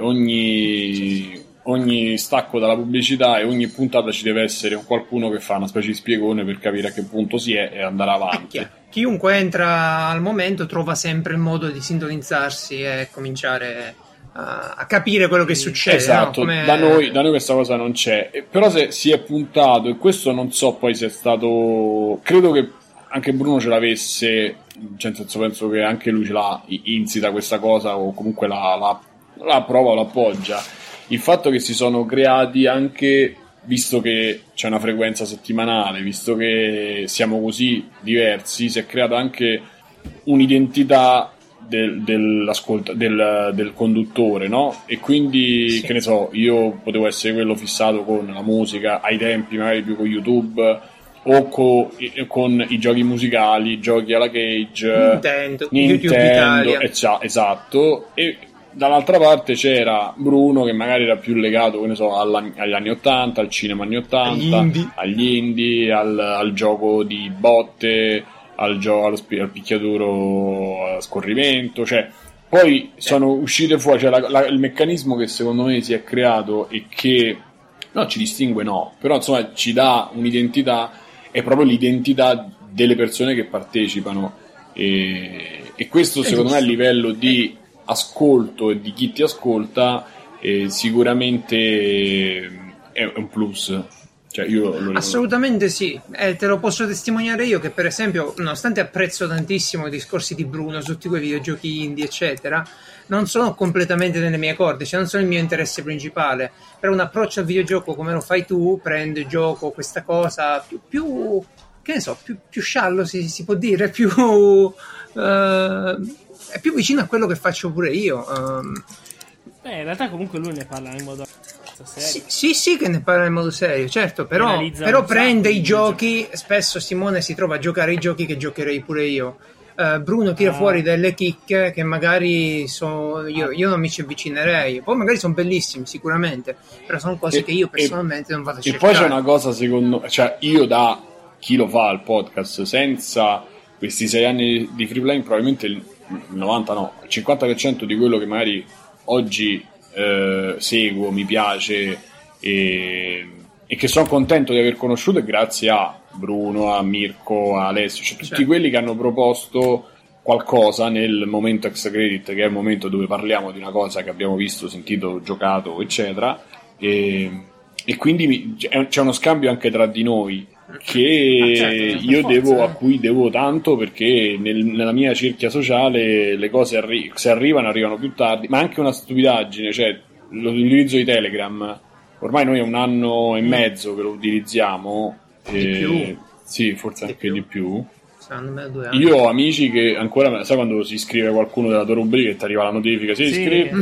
ogni stacco dalla pubblicità e ogni puntata ci deve essere qualcuno che fa una specie di spiegone per capire a che punto si è e andare avanti. Chiunque entra al momento trova sempre il modo di sintonizzarsi e cominciare a capire quello che succede. Esatto, no? Da noi questa cosa non c'è, però se si è puntato, e questo non so poi se è stato, credo che anche Bruno ce l'avesse, cioè, nel senso, penso che anche lui ce l'ha insita questa cosa, o comunque la approva o l'appoggia. Il fatto che si sono creati anche, visto che c'è una frequenza settimanale, visto che siamo così diversi, si è creata anche un'identità del conduttore, no? E quindi, Sì. che ne so, io potevo essere quello fissato con la musica, ai tempi magari più con YouTube, o con i giochi musicali, giochi alla Cage, YouTube Italia. esatto, e dall'altra parte c'era Bruno che magari era più legato, che ne so, agli anni 80, al cinema anni 80, agli indie, al gioco di botte, al picchiaduro a scorrimento, cioè poi sono uscite fuori, cioè il meccanismo che secondo me si è creato e che no, ci distingue no, però insomma ci dà un'identità, è proprio l'identità delle persone che partecipano, e questo secondo me a livello di ascolto e di chi ti ascolta sicuramente è un plus. Cioè io lo Assolutamente sì, te lo posso testimoniare io che per esempio, nonostante apprezzo tantissimo i discorsi di Bruno su tutti quei videogiochi indie eccetera, non sono completamente nelle mie corde, cioè non sono il mio interesse principale. Per un approccio al videogioco come lo fai tu, prendo, gioco questa cosa più che ne so, più sciallo si può dire, è più vicino a quello che faccio pure io. In realtà comunque lui ne parla in modo serio. Sì, che ne parla in modo serio, certo, però prende i giochi, spesso Simone si trova a giocare i giochi che giocherei pure io. Bruno tira fuori delle chicche che magari io non mi ci avvicinerei, poi magari sono bellissimi sicuramente, però sono cose che io personalmente non vado a cercare. E poi c'è una cosa, secondo me, cioè io da chi lo fa il podcast, senza questi 6 anni di free playing, probabilmente il 50% di quello che magari oggi seguo, mi piace e che sono contento di aver conosciuto è grazie a Bruno, a Mirko, a Alessio, cioè tutti quelli che hanno proposto qualcosa nel momento ex credit, che è il momento dove parliamo di una cosa che abbiamo visto, sentito, giocato eccetera, e quindi c'è uno scambio anche tra di noi che io a cui devo tanto, perché nella mia cerchia sociale le cose se arrivano più tardi, ma anche una stupidaggine, cioè l'utilizzo di Telegram, ormai noi è 1 anno e mezzo che lo utilizziamo, sì, forse anche di più. Io ho amici che ancora, sai quando si iscrive qualcuno della tua rubrica e ti arriva la notifica, sei iscritto?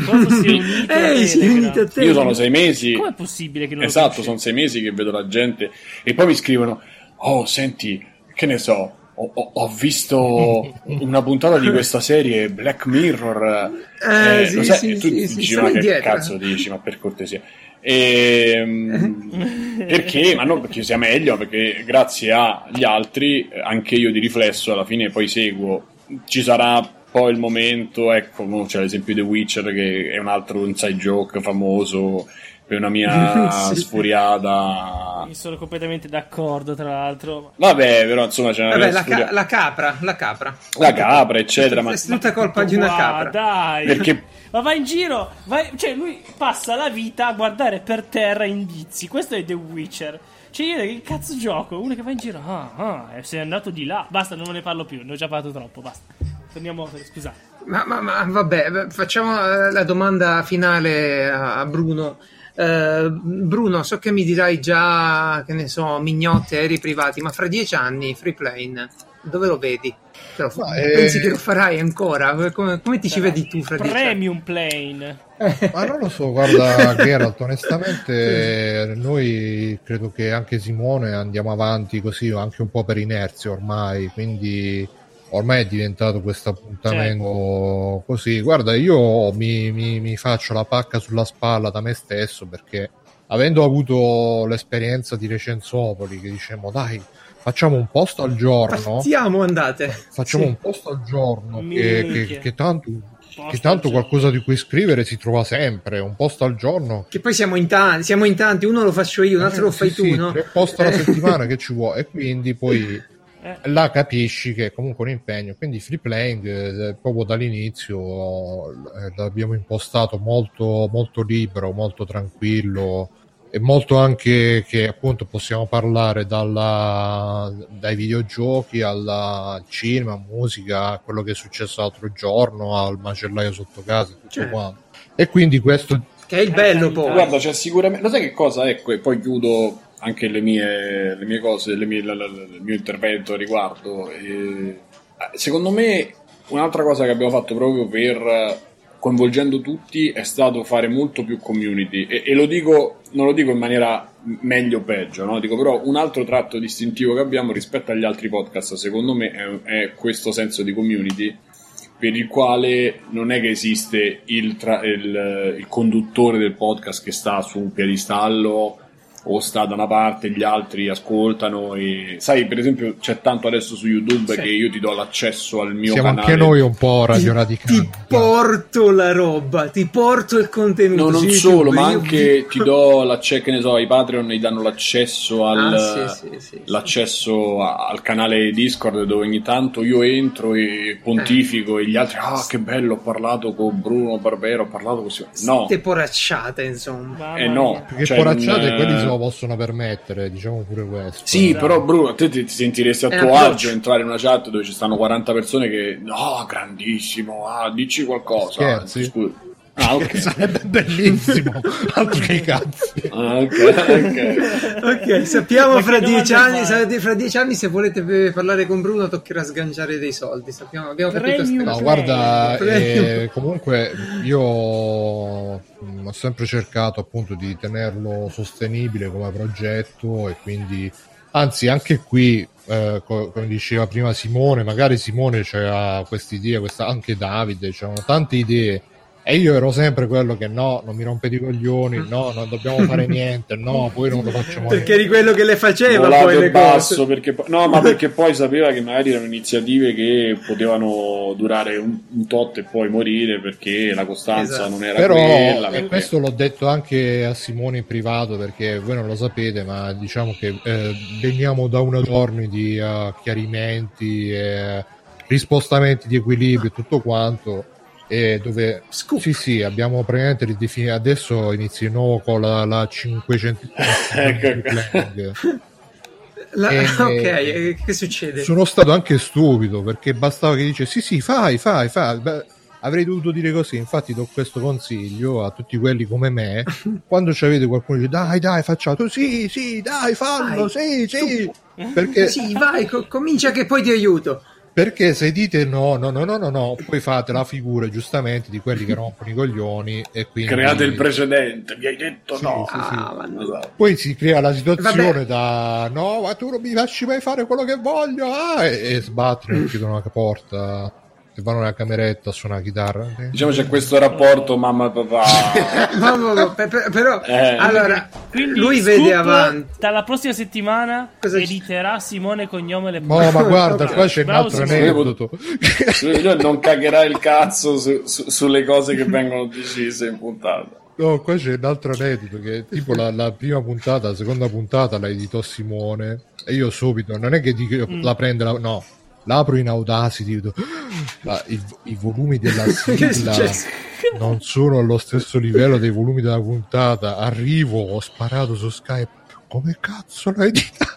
Io sono 6 mesi. Com'è possibile che non lo Esatto, sono 6 mesi che vedo la gente e poi mi scrivono: oh, senti, che ne so, ho visto una puntata di questa serie Black Mirror, lo sai, tu dici, ma che cazzo dici, ma per cortesia. Perché? Ma non perché sia meglio, perché grazie agli altri anche io di riflesso alla fine poi seguo. Ci sarà poi il momento, ecco, c'è l'esempio di The Witcher che è un altro inside joke famoso per una mia sfuriata. Mi sono completamente d'accordo, tra l'altro. Vabbè, però insomma c'è una la capra, eccetera, ma è tutta colpa di una capra. Dai. Perché ma va in giro, cioè lui passa la vita a guardare per terra indizi. Questo è The Witcher. Cioè io che cazzo gioco? Uno che va in giro, sei andato di là. Basta, non ne parlo più, ne ho già parlato troppo, basta. Torniamo, scusate. Ma vabbè, facciamo la domanda finale a Bruno. Bruno, so che mi dirai già, che ne so, mignotte, aerei privati, ma fra 10 anni free plane dove lo vedi? Pensi che lo farai ancora? Come ti ci vedi tu fra 10 anni? Premium plane. Ma non lo so, guarda Geralt, onestamente noi credo che anche Simone andiamo avanti così anche un po' per inerzia ormai, quindi ormai è diventato questo appuntamento così. Guarda, io mi faccio la pacca sulla spalla da me stesso, perché avendo avuto l'esperienza di Recensopoli, che diciamo dai, facciamo un post al giorno, facciamo un post al giorno che tanto qualcosa di cui scrivere si trova sempre, un post al giorno, che poi siamo in tanti, uno lo faccio io, un altro lo fai tu, no? 3 post alla settimana che ci vuole, e quindi poi là capisci che è comunque un impegno. Quindi free playing proprio dall'inizio l'abbiamo impostato molto molto libero, molto tranquillo, è molto anche che appunto possiamo parlare dai videogiochi al cinema, musica, quello che è successo l'altro giorno, al macellaio sotto casa, tutto quanto. E quindi questo che è il bello poi. Guarda, c'è sicuramente, lo sai che cosa? Ecco, e poi chiudo anche le mie cose, il mio intervento a riguardo. Secondo me un'altra cosa che abbiamo fatto proprio per coinvolgendo tutti è stato fare molto più community, e lo dico, non lo dico in maniera meglio o peggio, no? Dico però un altro tratto distintivo che abbiamo rispetto agli altri podcast, secondo me, è questo senso di community, per il quale non è che esiste il conduttore del podcast che sta su un piedistallo o sta da una parte, gli altri ascoltano, e sai, per esempio c'è tanto adesso su YouTube che io ti do l'accesso al mio siamo canale. Anche noi un po' Radio Radicale. Ti porto la roba, ti porto il contenuto. No, non solo, ma anche ti do l'accesso, che ne so, i Patreon gli danno l'accesso l'accesso al canale Discord, dove ogni tanto io entro e pontifico e gli altri, che bello, ho parlato con Bruno Barbero, ho parlato così. No, ste poracciate, insomma. No, perché poracciate quelli se lo possono permettere, diciamo pure questo. Sì, però Bruno, te ti sentiresti a tuo agio entrare in una chat dove ci stanno 40 persone che grandissimo, dici qualcosa. Scherzi? Ok. Sarebbe bellissimo. Altro che i cazzi. Ok, sappiamo fra 10 anni se volete parlare con Bruno toccherà sganciare dei soldi. Abbiamo capito. No, guarda, comunque io ho sempre cercato appunto di tenerlo sostenibile come progetto, e quindi anzi anche qui come diceva prima Simone, magari Simone c'era quest'idea, anche Davide, c'erano tante idee. E io ero sempre quello che no, non mi rompete i coglioni, no, non dobbiamo fare niente, no, poi non lo facciamo. Perché eri quello che le faceva volato poi le basso, cose. perché poi sapeva che magari erano iniziative che potevano durare un tot e poi morire, perché la costanza non era quella. E questo l'ho detto anche a Simone in privato, perché voi non lo sapete, ma diciamo che veniamo da una giorni di chiarimenti, rispostamenti di equilibrio e tutto quanto. E dove sì, abbiamo praticamente ridefinito. Adesso inizia di nuovo con la 500. Ok, che succede? Sono stato anche stupido, perché bastava che dice sì, fai. Beh, avrei dovuto dire così. Infatti do questo consiglio a tutti quelli come me: quando avete qualcuno che dice dai facciamo, sì dai fallo, sì, perché sì, vai, comincia che poi ti aiuto. Perché se dite no, poi fate la figura giustamente di quelli che rompono i coglioni, e quindi create il precedente, mi hai detto no. Poi si crea la situazione no, ma tu non mi lasci mai fare quello che voglio, e sbattono e chiudono la porta e vanno nella cameretta a suonare la chitarra. Diciamo c'è questo rapporto mamma e papà. Però allora quindi lui vede avanti. Dalla prossima settimana editerà Simone Cognome le ma guarda, qua c'è un altro aneddoto. Non cagherai il cazzo sulle cose che vengono decise in puntata. No, qua c'è un altro aneddoto, che tipo la prima puntata, la seconda puntata la editò Simone, e io subito, non è che dico la prende, no, l'apro in Audacity, i volumi della sigla non sono allo stesso livello dei volumi della puntata. Arrivo, ho sparato su Skype, come cazzo l'hai editata?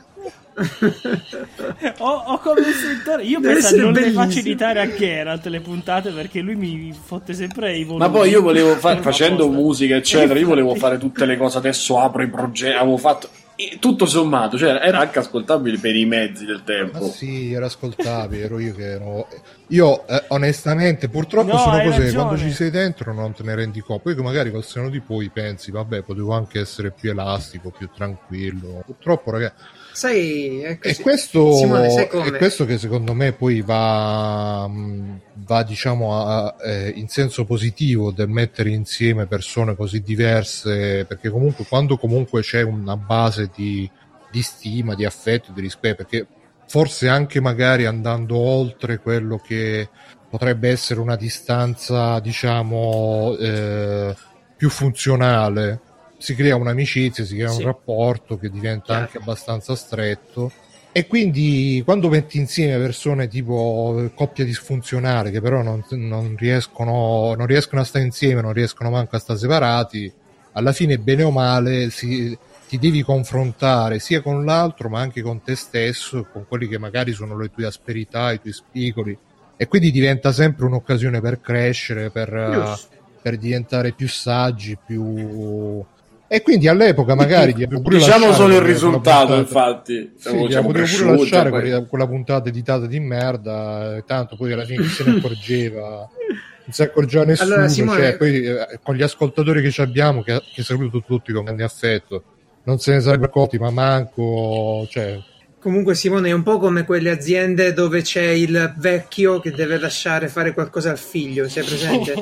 Ho come un sentore. Io penso non le faccio editare a Geralt le puntate, perché lui mi fotte sempre i volumi. Ma poi io volevo facendo musica eccetera, io volevo fare tutte le cose. Adesso apro i progetti, avevo fatto tutto sommato, cioè era anche ascoltabile per i mezzi del tempo. Ma sì, era ascoltabile, ero io che ero. Io onestamente purtroppo sono cose che quando ci sei dentro non te ne rendi conto. Poi magari col senno di poi pensi vabbè, potevo anche essere più elastico, più tranquillo. Purtroppo ragazzi, sai, è questo, Simone, sai è questo che secondo me poi va diciamo in senso positivo del mettere insieme persone così diverse, perché comunque quando comunque c'è una base di stima, di affetto, di rispetto, perché forse anche magari andando oltre quello che potrebbe essere una distanza diciamo più funzionale, si crea un'amicizia, si crea un rapporto che diventa anche abbastanza stretto. E quindi quando metti insieme persone tipo coppia disfunzionale, che però non riescono a stare insieme, non riescono manco a stare separati, alla fine bene o male ti devi confrontare sia con l'altro ma anche con te stesso, con quelli che magari sono le tue asperità, i tuoi spigoli, e quindi diventa sempre un'occasione per crescere, per diventare più saggi, più... E quindi all'epoca magari diciamo solo il risultato, infatti sì, potevo pure lasciare quella puntata editata di merda, tanto poi alla fine chi se ne accorgeva, non si accorgeva nessuno. Allora, Simone... poi con gli ascoltatori che abbiamo, che saluto tutti con grande affetto, non se ne sarebbe accorti, ma manco, Comunque Simone è un po' come quelle aziende dove c'è il vecchio che deve lasciare fare qualcosa al figlio, sei presente?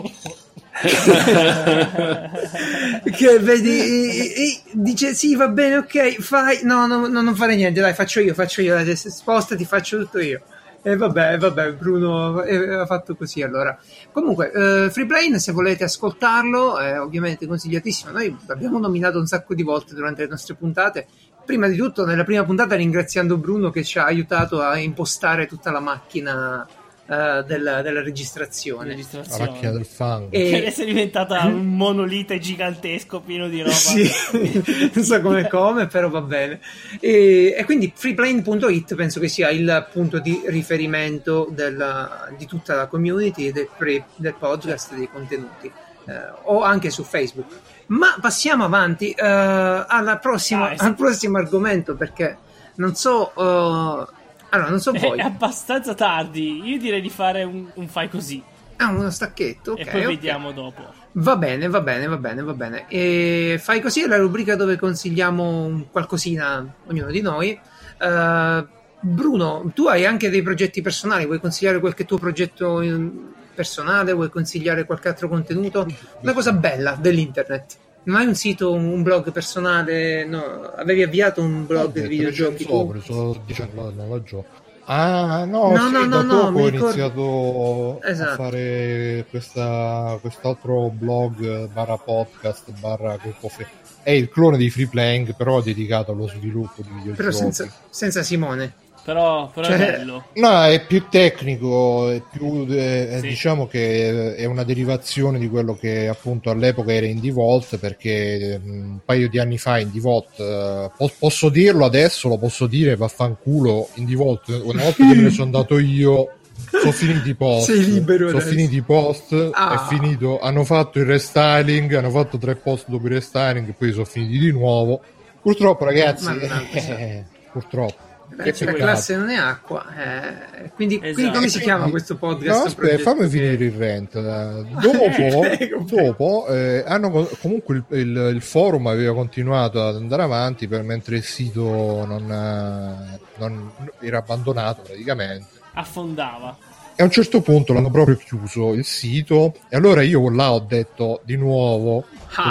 Che vedi, dice sì, va bene, ok, fai, no, non fare niente, dai, faccio io, spostati, faccio tutto io. E vabbè, Bruno ha fatto così. Allora, comunque, Freeplane, se volete ascoltarlo, è ovviamente consigliatissimo. Noi l'abbiamo nominato un sacco di volte durante le nostre puntate. Prima di tutto, nella prima puntata, ringraziando Bruno che ci ha aiutato a impostare tutta la macchina della registrazione. La macchina del fango. Che adesso è diventata un monolite gigantesco pieno di roba. Sì, non so come, però va bene. E quindi freeplane.it penso che sia il punto di riferimento di tutta la community del podcast, dei contenuti, o anche su Facebook. Ma passiamo avanti al prossimo argomento, perché non so voi. È abbastanza tardi. Io direi di fare un fai così. Uno stacchetto, ok. E poi vediamo dopo. Va bene. E fai così è la rubrica dove consigliamo qualcosina ognuno di noi. Bruno, tu hai anche dei progetti personali, vuoi consigliare qualche tuo progetto personale, vuoi consigliare qualche altro contenuto? Una cosa bella dell'internet. Non hai un sito, un blog personale? No, avevi avviato un blog di videogiochi? Ho iniziato a fare quest'altro blog /podcast /gruppo è il clone di Freeplaying, però dedicato allo sviluppo di videogiochi, però senza Simone. Però è bello. No, è più tecnico, è più sì. Diciamo che è una derivazione di quello che appunto all'epoca era Indie Vault, perché un paio di anni fa Indie Vault, posso dirlo adesso, lo posso dire, vaffanculo, Indie Vault, una volta che me ne sono andato io, sono finiti i post. Sei libero sono adesso. Finiti i post, è finito, hanno fatto il restyling, hanno fatto 3 post dopo il restyling, poi sono finiti di nuovo. Purtroppo ragazzi, purtroppo. La classe non è acqua, quindi come si chiama questo podcast? No, aspetta, fammi finire il rant. Dopo hanno comunque il forum aveva continuato ad andare avanti mentre il sito non era abbandonato praticamente, affondava. E a un certo punto l'hanno proprio chiuso il sito, e allora io là ho detto di nuovo,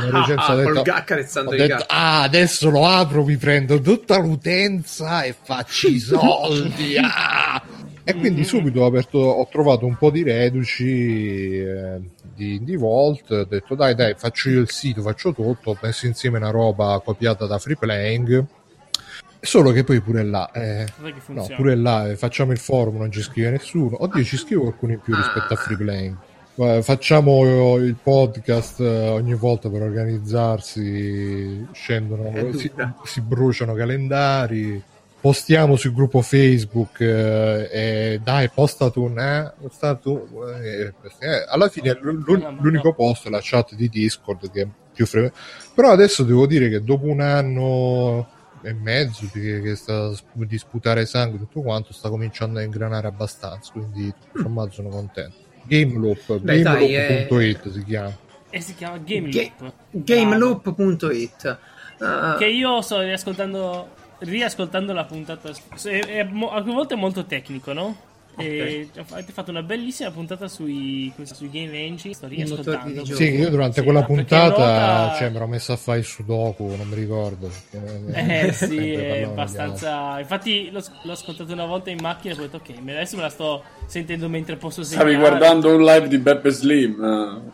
adesso lo apro, mi prendo tutta l'utenza e faccio i soldi. E quindi subito ho trovato un po' di reduci di Vault, ho detto dai faccio io il sito, faccio tutto, ho messo insieme una roba copiata da Freeplaying. Solo che poi pure là facciamo il forum, non ci scrive nessuno. Oddio, ci scrive qualcuno in più rispetto a Freeplaying. Facciamo il podcast ogni volta per organizzarsi, scendono, si bruciano calendari, postiamo sul gruppo Facebook e dai, posta tu. Alla fine l'unico posto è la chat di Discord, che è più però adesso devo dire che dopo un anno e mezzo che sta di sputare sangue tutto quanto, sta cominciando a ingranare abbastanza, quindi insomma sono contento. Gameloop.it si chiama. E si chiama Gameloop. Gameloop.it. Che io sto riascoltando la puntata, a volte è molto tecnico, no? Okay. E avete fatto una bellissima puntata sui Game Engine. Sto riascoltando. Sì, io durante quella puntata mi ero messo a fare il sudoku, non mi ricordo. Sì, è abbastanza. Infatti l'ho ascoltato una volta in macchina e poi ho detto ok, adesso me la sto sentendo mentre posso segnare. Stavi guardando un live di Beppe Slim.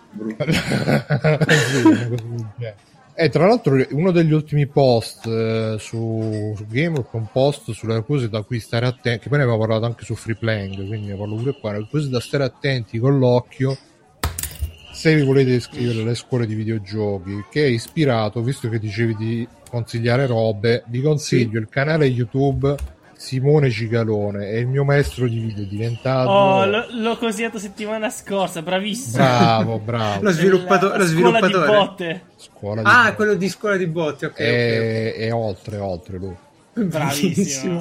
Tra l'altro uno degli ultimi post su Gamework, un post sulle cose da cui stare attenti, che poi ne avevo parlato anche su Freeplaying, quindi ne parlo pure qua, le cose da stare attenti con l'occhio. se vi volete iscrivere alle scuole di videogiochi, che è ispirato, visto che dicevi di consigliare robe, vi consiglio il canale YouTube Simone Cicalone, è il mio maestro di video, è diventato... Oh, l'ho consigliato settimana scorsa, bravissimo. Bravo. Lo sviluppatore. Scuola di botte. Quello di Scuola di botte, ok. È oltre lui. Bravissimo.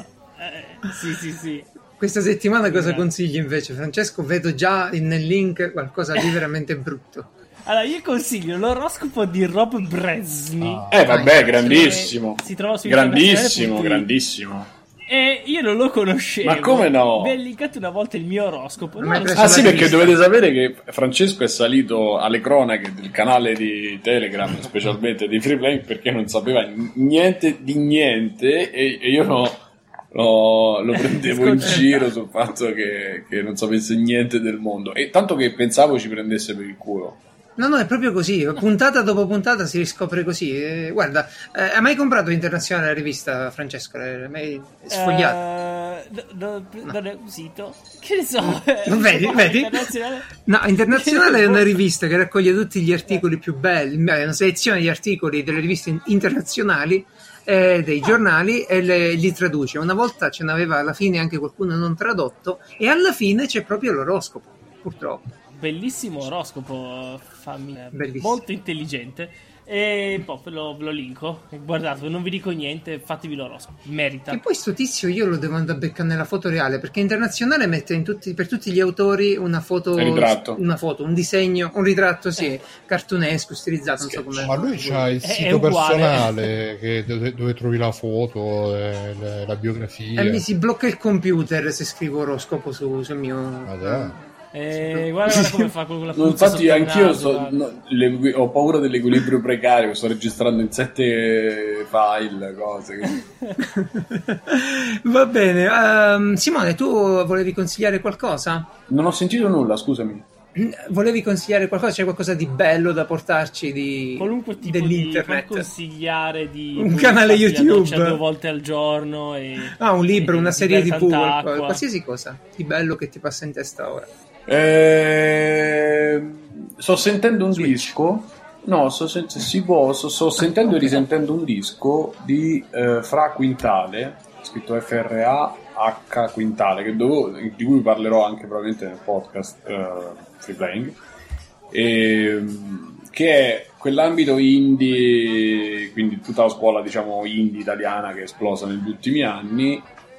Sì. Questa settimana cosa consigli invece, Francesco? Vedo già nel link qualcosa di veramente brutto. Allora, io consiglio l'oroscopo di Rob Bresny. Vabbè, grandissimo. Si trova su grandissimo. E io non lo conoscevo. Ma come no? Mi ha linkato una volta il mio oroscopo. Sì, perché dovete sapere che Francesco è salito alle cronache del canale di Telegram, specialmente di Freeplay, perché non sapeva niente di niente e io lo prendevo in giro sul fatto che non sapesse niente del mondo, e tanto che pensavo ci prendesse per il culo. No, è proprio così, puntata dopo puntata si riscopre così. Guarda, hai mai comprato Internazionale la rivista, Francesco? L'hai mai sfogliata? Non è un sito? Che ne so? Vedi? Internazionale è una rivista che raccoglie tutti gli articoli più belli, una selezione di articoli delle riviste internazionali, dei giornali, e li traduce. Una volta ce n'aveva alla fine anche qualcuno non tradotto, e alla fine c'è proprio l'oroscopo, purtroppo. Bellissimo oroscopo, Bellissimo. molto intelligente, e poi ve lo linko, guardate, non vi dico niente, fatevi l'oroscopo, merita. E poi sto tizio io lo devo andare a beccare nella foto reale, perché Internazionale mette per tutti gli autori una foto, un disegno, un ritratto, cartunesco, stilizzato, non so come. Ma lui c'ha il sito personale dove trovi la foto, la biografia. E mi si blocca il computer se scrivo oroscopo sul mio... Guarda come fa con la infatti anch'io ho paura dell'equilibrio precario, sto registrando in 7 file, cose. Va bene, Simone, tu volevi consigliare qualcosa? Non ho sentito nulla, scusami. Volevi consigliare qualcosa? C'è qualcosa di bello da portarci di qualunque tipo dell'internet? Di consigliare di un canale YouTube 2 volte al giorno un libro, una serie di tant'acqua. qualsiasi cosa di bello che ti passa in testa ora. Sto sentendo un disco. No, sto sentendo e risentendo un disco di Fra Quintale, scritto FRAH Quintale, di cui parlerò anche probabilmente nel podcast Freeplaying, che è quell'ambito indie, quindi tutta la scuola, diciamo, indie italiana che è esplosa negli ultimi anni,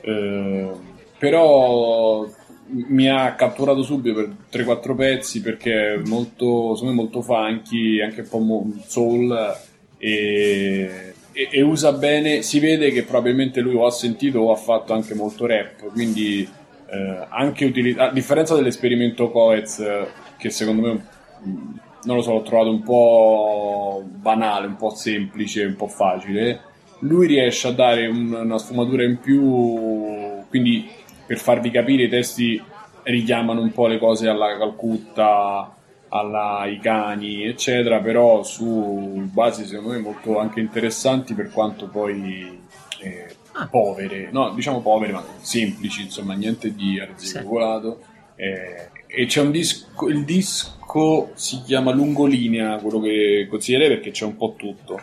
però mi ha catturato subito per 3-4 pezzi, perché è molto, secondo me, molto funky, anche un po' soul, e usa bene. Si vede che probabilmente lui o ha sentito o ha fatto anche molto rap, quindi anche a differenza dell'esperimento Coez, che secondo me, non lo so, l'ho trovato un po' banale, un po' semplice, un po' facile. Lui riesce a dare una sfumatura in più, quindi, per farvi capire, i testi richiamano un po' le cose alla Calcutta, ai cani, eccetera, però su basi secondo me molto anche interessanti, per quanto poi povere, no, diciamo povere, ma semplici, insomma, niente di arzigogolato. E c'è un disco, il disco si chiama Lungolinea, quello che consiglierei, perché c'è un po' tutto.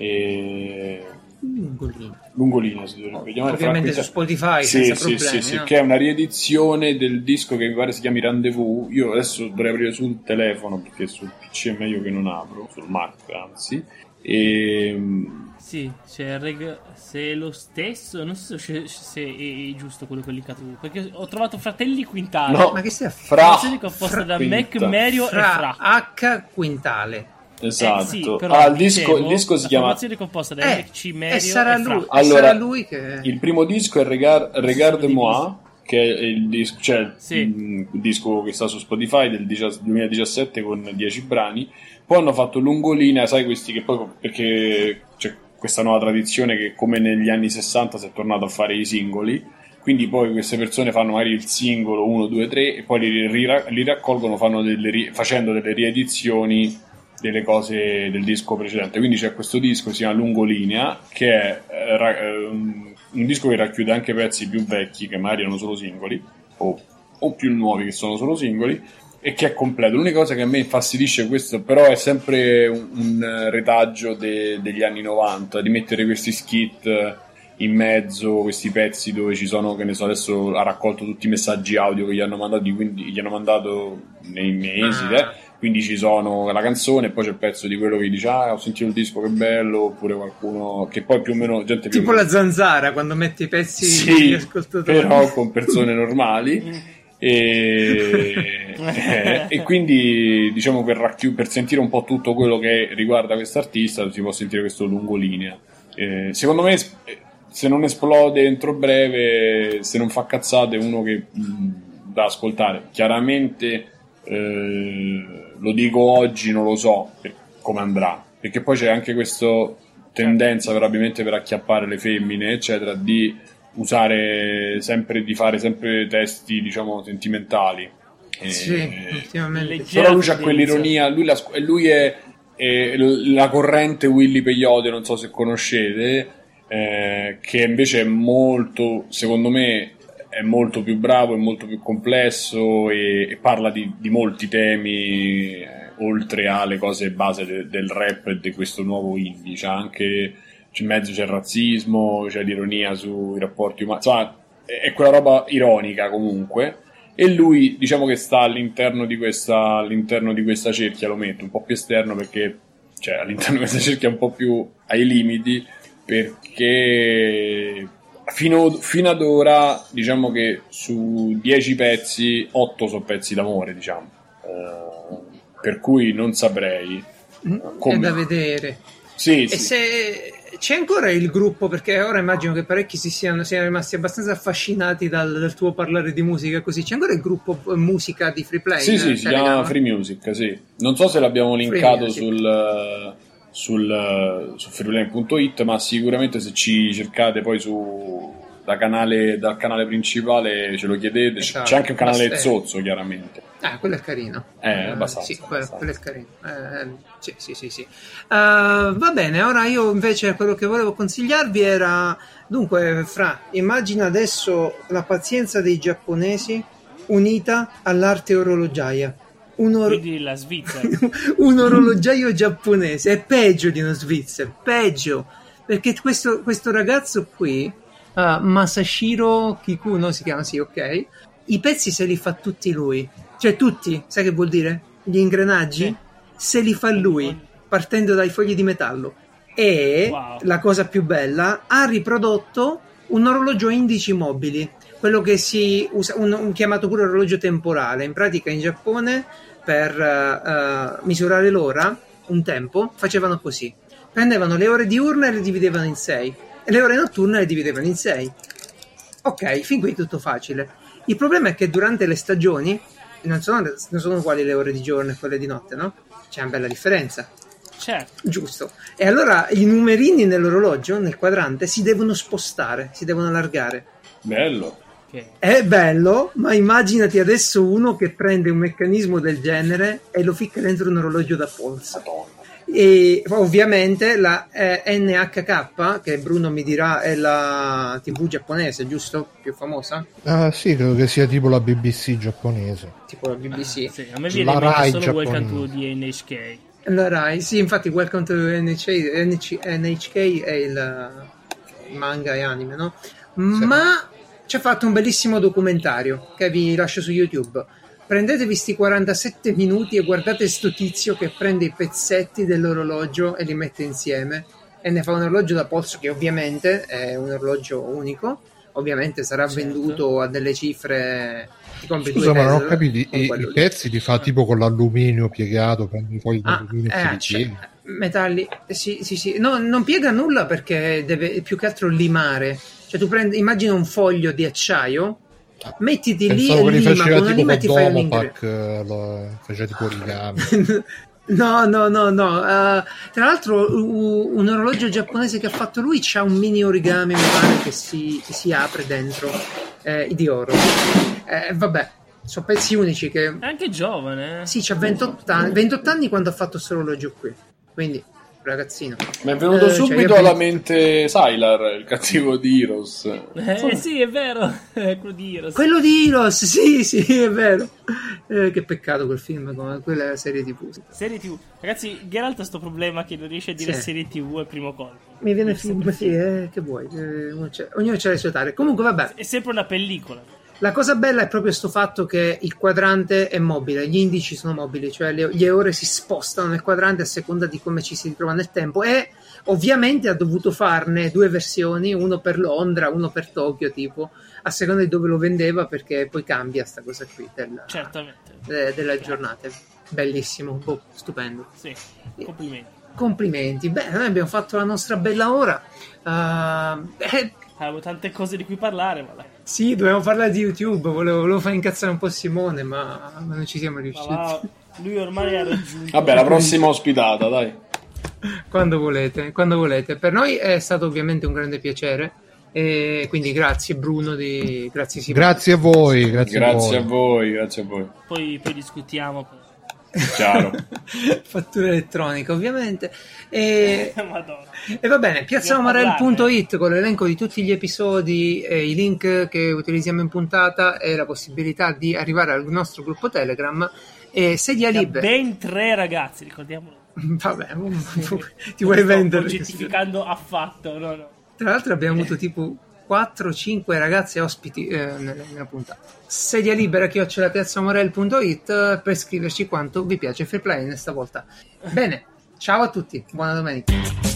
Lungolinea si dovrebbe chiamare, ovviamente su Spotify, senza problemi, sì, no? che è una riedizione del disco che mi pare si chiami Rendezvous. Io adesso dovrei aprire sul telefono, perché sul PC è meglio che non apro, sul Mac anzi. Sì, c'è se è lo stesso, non so se è giusto quello che ho linkato, perché ho trovato Fratelli Quintale. No, ma che sia composta da Mac, Mario e Fra H Quintale. Esatto. Sì, però, il disco si chiama, formazione composta da MC, Mario, sarà e Fra. lui, allora, sarà lui che... il primo disco è Regarde-moi, che è il disco, cioè il disco che sta su Spotify del 2017 con 10 brani. Poi hanno fatto Lungolinea, sai, questi che poi, perché c'è questa nuova tradizione che, come negli anni 60, si è tornato a fare i singoli, quindi poi queste persone fanno magari il singolo 1, 2, 3 e poi li raccolgono, facendo delle riedizioni delle cose del disco precedente. Quindi c'è questo disco, si chiama Lungolinea, che è un disco che racchiude anche pezzi più vecchi che magari erano solo singoli, o più nuovi che sono solo singoli, e che è completo. L'unica cosa che a me infastidisce questo, però, è sempre un retaggio degli anni 90, di mettere questi skit in mezzo, questi pezzi dove ci sono, che ne so, adesso ha raccolto tutti i messaggi audio che gli hanno mandati, quindi gli hanno mandato nei mesi, quindi ci sono la canzone e poi c'è il pezzo di quello che dice ho sentito il disco, che bello, oppure qualcuno che poi più o meno gente più tipo la zanzara quando metti i pezzi sì, di ascoltatori, però con persone normali. E quindi diciamo per sentire un po' tutto quello che riguarda quest'artista si può sentire questo lungolinea. Secondo me se non esplode entro breve, se non fa cazzate, è uno che da ascoltare. Chiaramente lo dico oggi, non lo so come andrà, perché poi c'è anche questa tendenza probabilmente per acchiappare le femmine eccetera, di usare sempre, di fare sempre testi diciamo sentimentali. Sì, ultimamente. Però lui c'ha quell'ironia, lui è la corrente Willy Peyote, non so se conoscete, che invece è molto, secondo me è molto più bravo, è molto più complesso e parla di molti temi, oltre alle cose base del rap e di questo nuovo indie. C'è anche in mezzo c'è il razzismo, c'è l'ironia sui rapporti umani, insomma è quella roba ironica comunque, e lui diciamo che sta all'interno di questa cerchia, lo metto un po' più esterno perché cioè all'interno di questa cerchia un po' più ai limiti, perché fino ad ora diciamo che su 10 pezzi 8 sono pezzi d'amore, diciamo, per cui non saprei come... è da vedere. Sì, e sì. Se c'è ancora il gruppo, perché ora immagino che parecchi siano rimasti abbastanza affascinati dal tuo parlare di musica così, c'è ancora il gruppo musica di Freeplay? Sì, si chiama Free Music, sì. Non so se l'abbiamo linkato su freeplay.it, ma sicuramente se ci cercate poi dal canale principale ce lo chiedete, esatto. C'è anche un canale Zozzo chiaramente. Quello è carino. Abbastanza. Sì, quello è carino. Sì. Va bene, ora io invece quello che volevo consigliarvi era, dunque, immagina adesso la pazienza dei giapponesi unita all'arte orologiaia. Quindi la Svizzera. Un orologiaio giapponese, è peggio di uno svizzero, peggio, perché questo ragazzo qui, Masashiro Kikuno si chiama, sì, ok, i pezzi se li fa tutti lui, cioè tutti, sai che vuol dire? Gli ingranaggi se li fa lui, partendo dai fogli di metallo, e la cosa più bella, ha riprodotto un orologio a indici mobili, quello che si usa, un chiamato pure orologio temporale. In pratica in Giappone per misurare l'ora un tempo facevano così: prendevano le ore diurne e le dividevano in 6 e le ore notturne le dividevano in 6. Ok, fin qui tutto facile. Il problema è che durante le stagioni non sono uguali le ore di giorno e quelle di notte, no? C'è una bella differenza. Certo. Giusto. E allora i numerini nell'orologio, nel quadrante, si devono spostare, si devono allargare. Bello. È bello, ma immaginati adesso uno che prende un meccanismo del genere e lo ficca dentro un orologio da polso. E ovviamente la NHK, che Bruno mi dirà è la TV giapponese, giusto? Più famosa? Sì, credo che sia tipo la BBC giapponese. Tipo la BBC. Sì, a me viene in mente solo Welcome to the NHK. La Rai, sì, infatti Welcome to NHK è il manga e anime, no? Sì. Ma ci ha fatto un bellissimo documentario che vi lascio su YouTube. Prendetevi sti 47 minuti e guardate sto tizio che prende i pezzetti dell'orologio e li mette insieme e ne fa un orologio da polso che ovviamente è un orologio unico, ovviamente sarà venduto a delle cifre. Scusa, ma non ho capito, i pezzi li fa tipo con l'alluminio piegato, prendi poi l'alluminio e metalli, sì. No, non piega nulla perché deve più che altro limare. Cioè tu immagina un foglio di acciaio, mettiti lì e lima con una lima e ti fai un ingresso. Faceva tipo origami. No. Tra l'altro un orologio giapponese che ha fatto lui c'ha un mini origami, mi pare, che si apre dentro, di oro. Vabbè, sono pezzi unici che... È anche giovane. Sì, c'ha 28 anni quando ha fatto questo orologio qui. Quindi ragazzino. Mi è venuto Cioè, subito io alla mente Sylar, il cattivo di Heroes. Sì, è vero. Quello di Heroes. Quello di Heroes, sì, è vero. Che peccato quel film, quella è la serie TV. Serie TV. Ragazzi, Geralt ha sto problema che non riesce a dire Sì. serie TV al primo colpo. Mi viene È film, sempre sì, che vuoi? Ognuno c'ha le sue tare. Comunque, vabbè. È sempre una pellicola. La cosa bella è proprio sto fatto che il quadrante è mobile, gli indici sono mobili, cioè le ore si spostano nel quadrante a seconda di come ci si ritrova nel tempo, e ovviamente ha dovuto farne 2 versioni, uno per Londra, uno per Tokyo, tipo, a seconda di dove lo vendeva, perché poi cambia sta cosa qui Certamente. della giornata. Bellissimo, stupendo. Sì, complimenti. Complimenti. Beh, noi abbiamo fatto la nostra bella ora. Avevo tante cose di cui parlare, ma dai. Sì, dovevamo parlare di YouTube, volevo fare incazzare un po' Simone, ma non ci siamo riusciti. Lui ormai ha raggiunto. Vabbè, la prossima ospitata, dai. Quando volete, quando volete. Per noi è stato ovviamente un grande piacere, e quindi grazie Bruno, grazie Simone. Grazie a voi, Grazie a voi. Poi discutiamo. Chiaro. Fattura elettronica, ovviamente. E Madonna. va bene, piazzaomarel.it con l'elenco di tutti gli episodi, i link che utilizziamo in puntata e la possibilità di arrivare al nostro gruppo Telegram. E sedia libera. Ben 3 ragazzi, ricordiamolo. Vabbè, ti vuoi vendere? Non sto oggettificando affatto, no. Tra l'altro abbiamo avuto tipo 4-5 ragazze ospiti nella puntata. Sedia libera @piazzaomarel.it per scriverci quanto vi piace Free Play stavolta. Bene, ciao a tutti, buona domenica.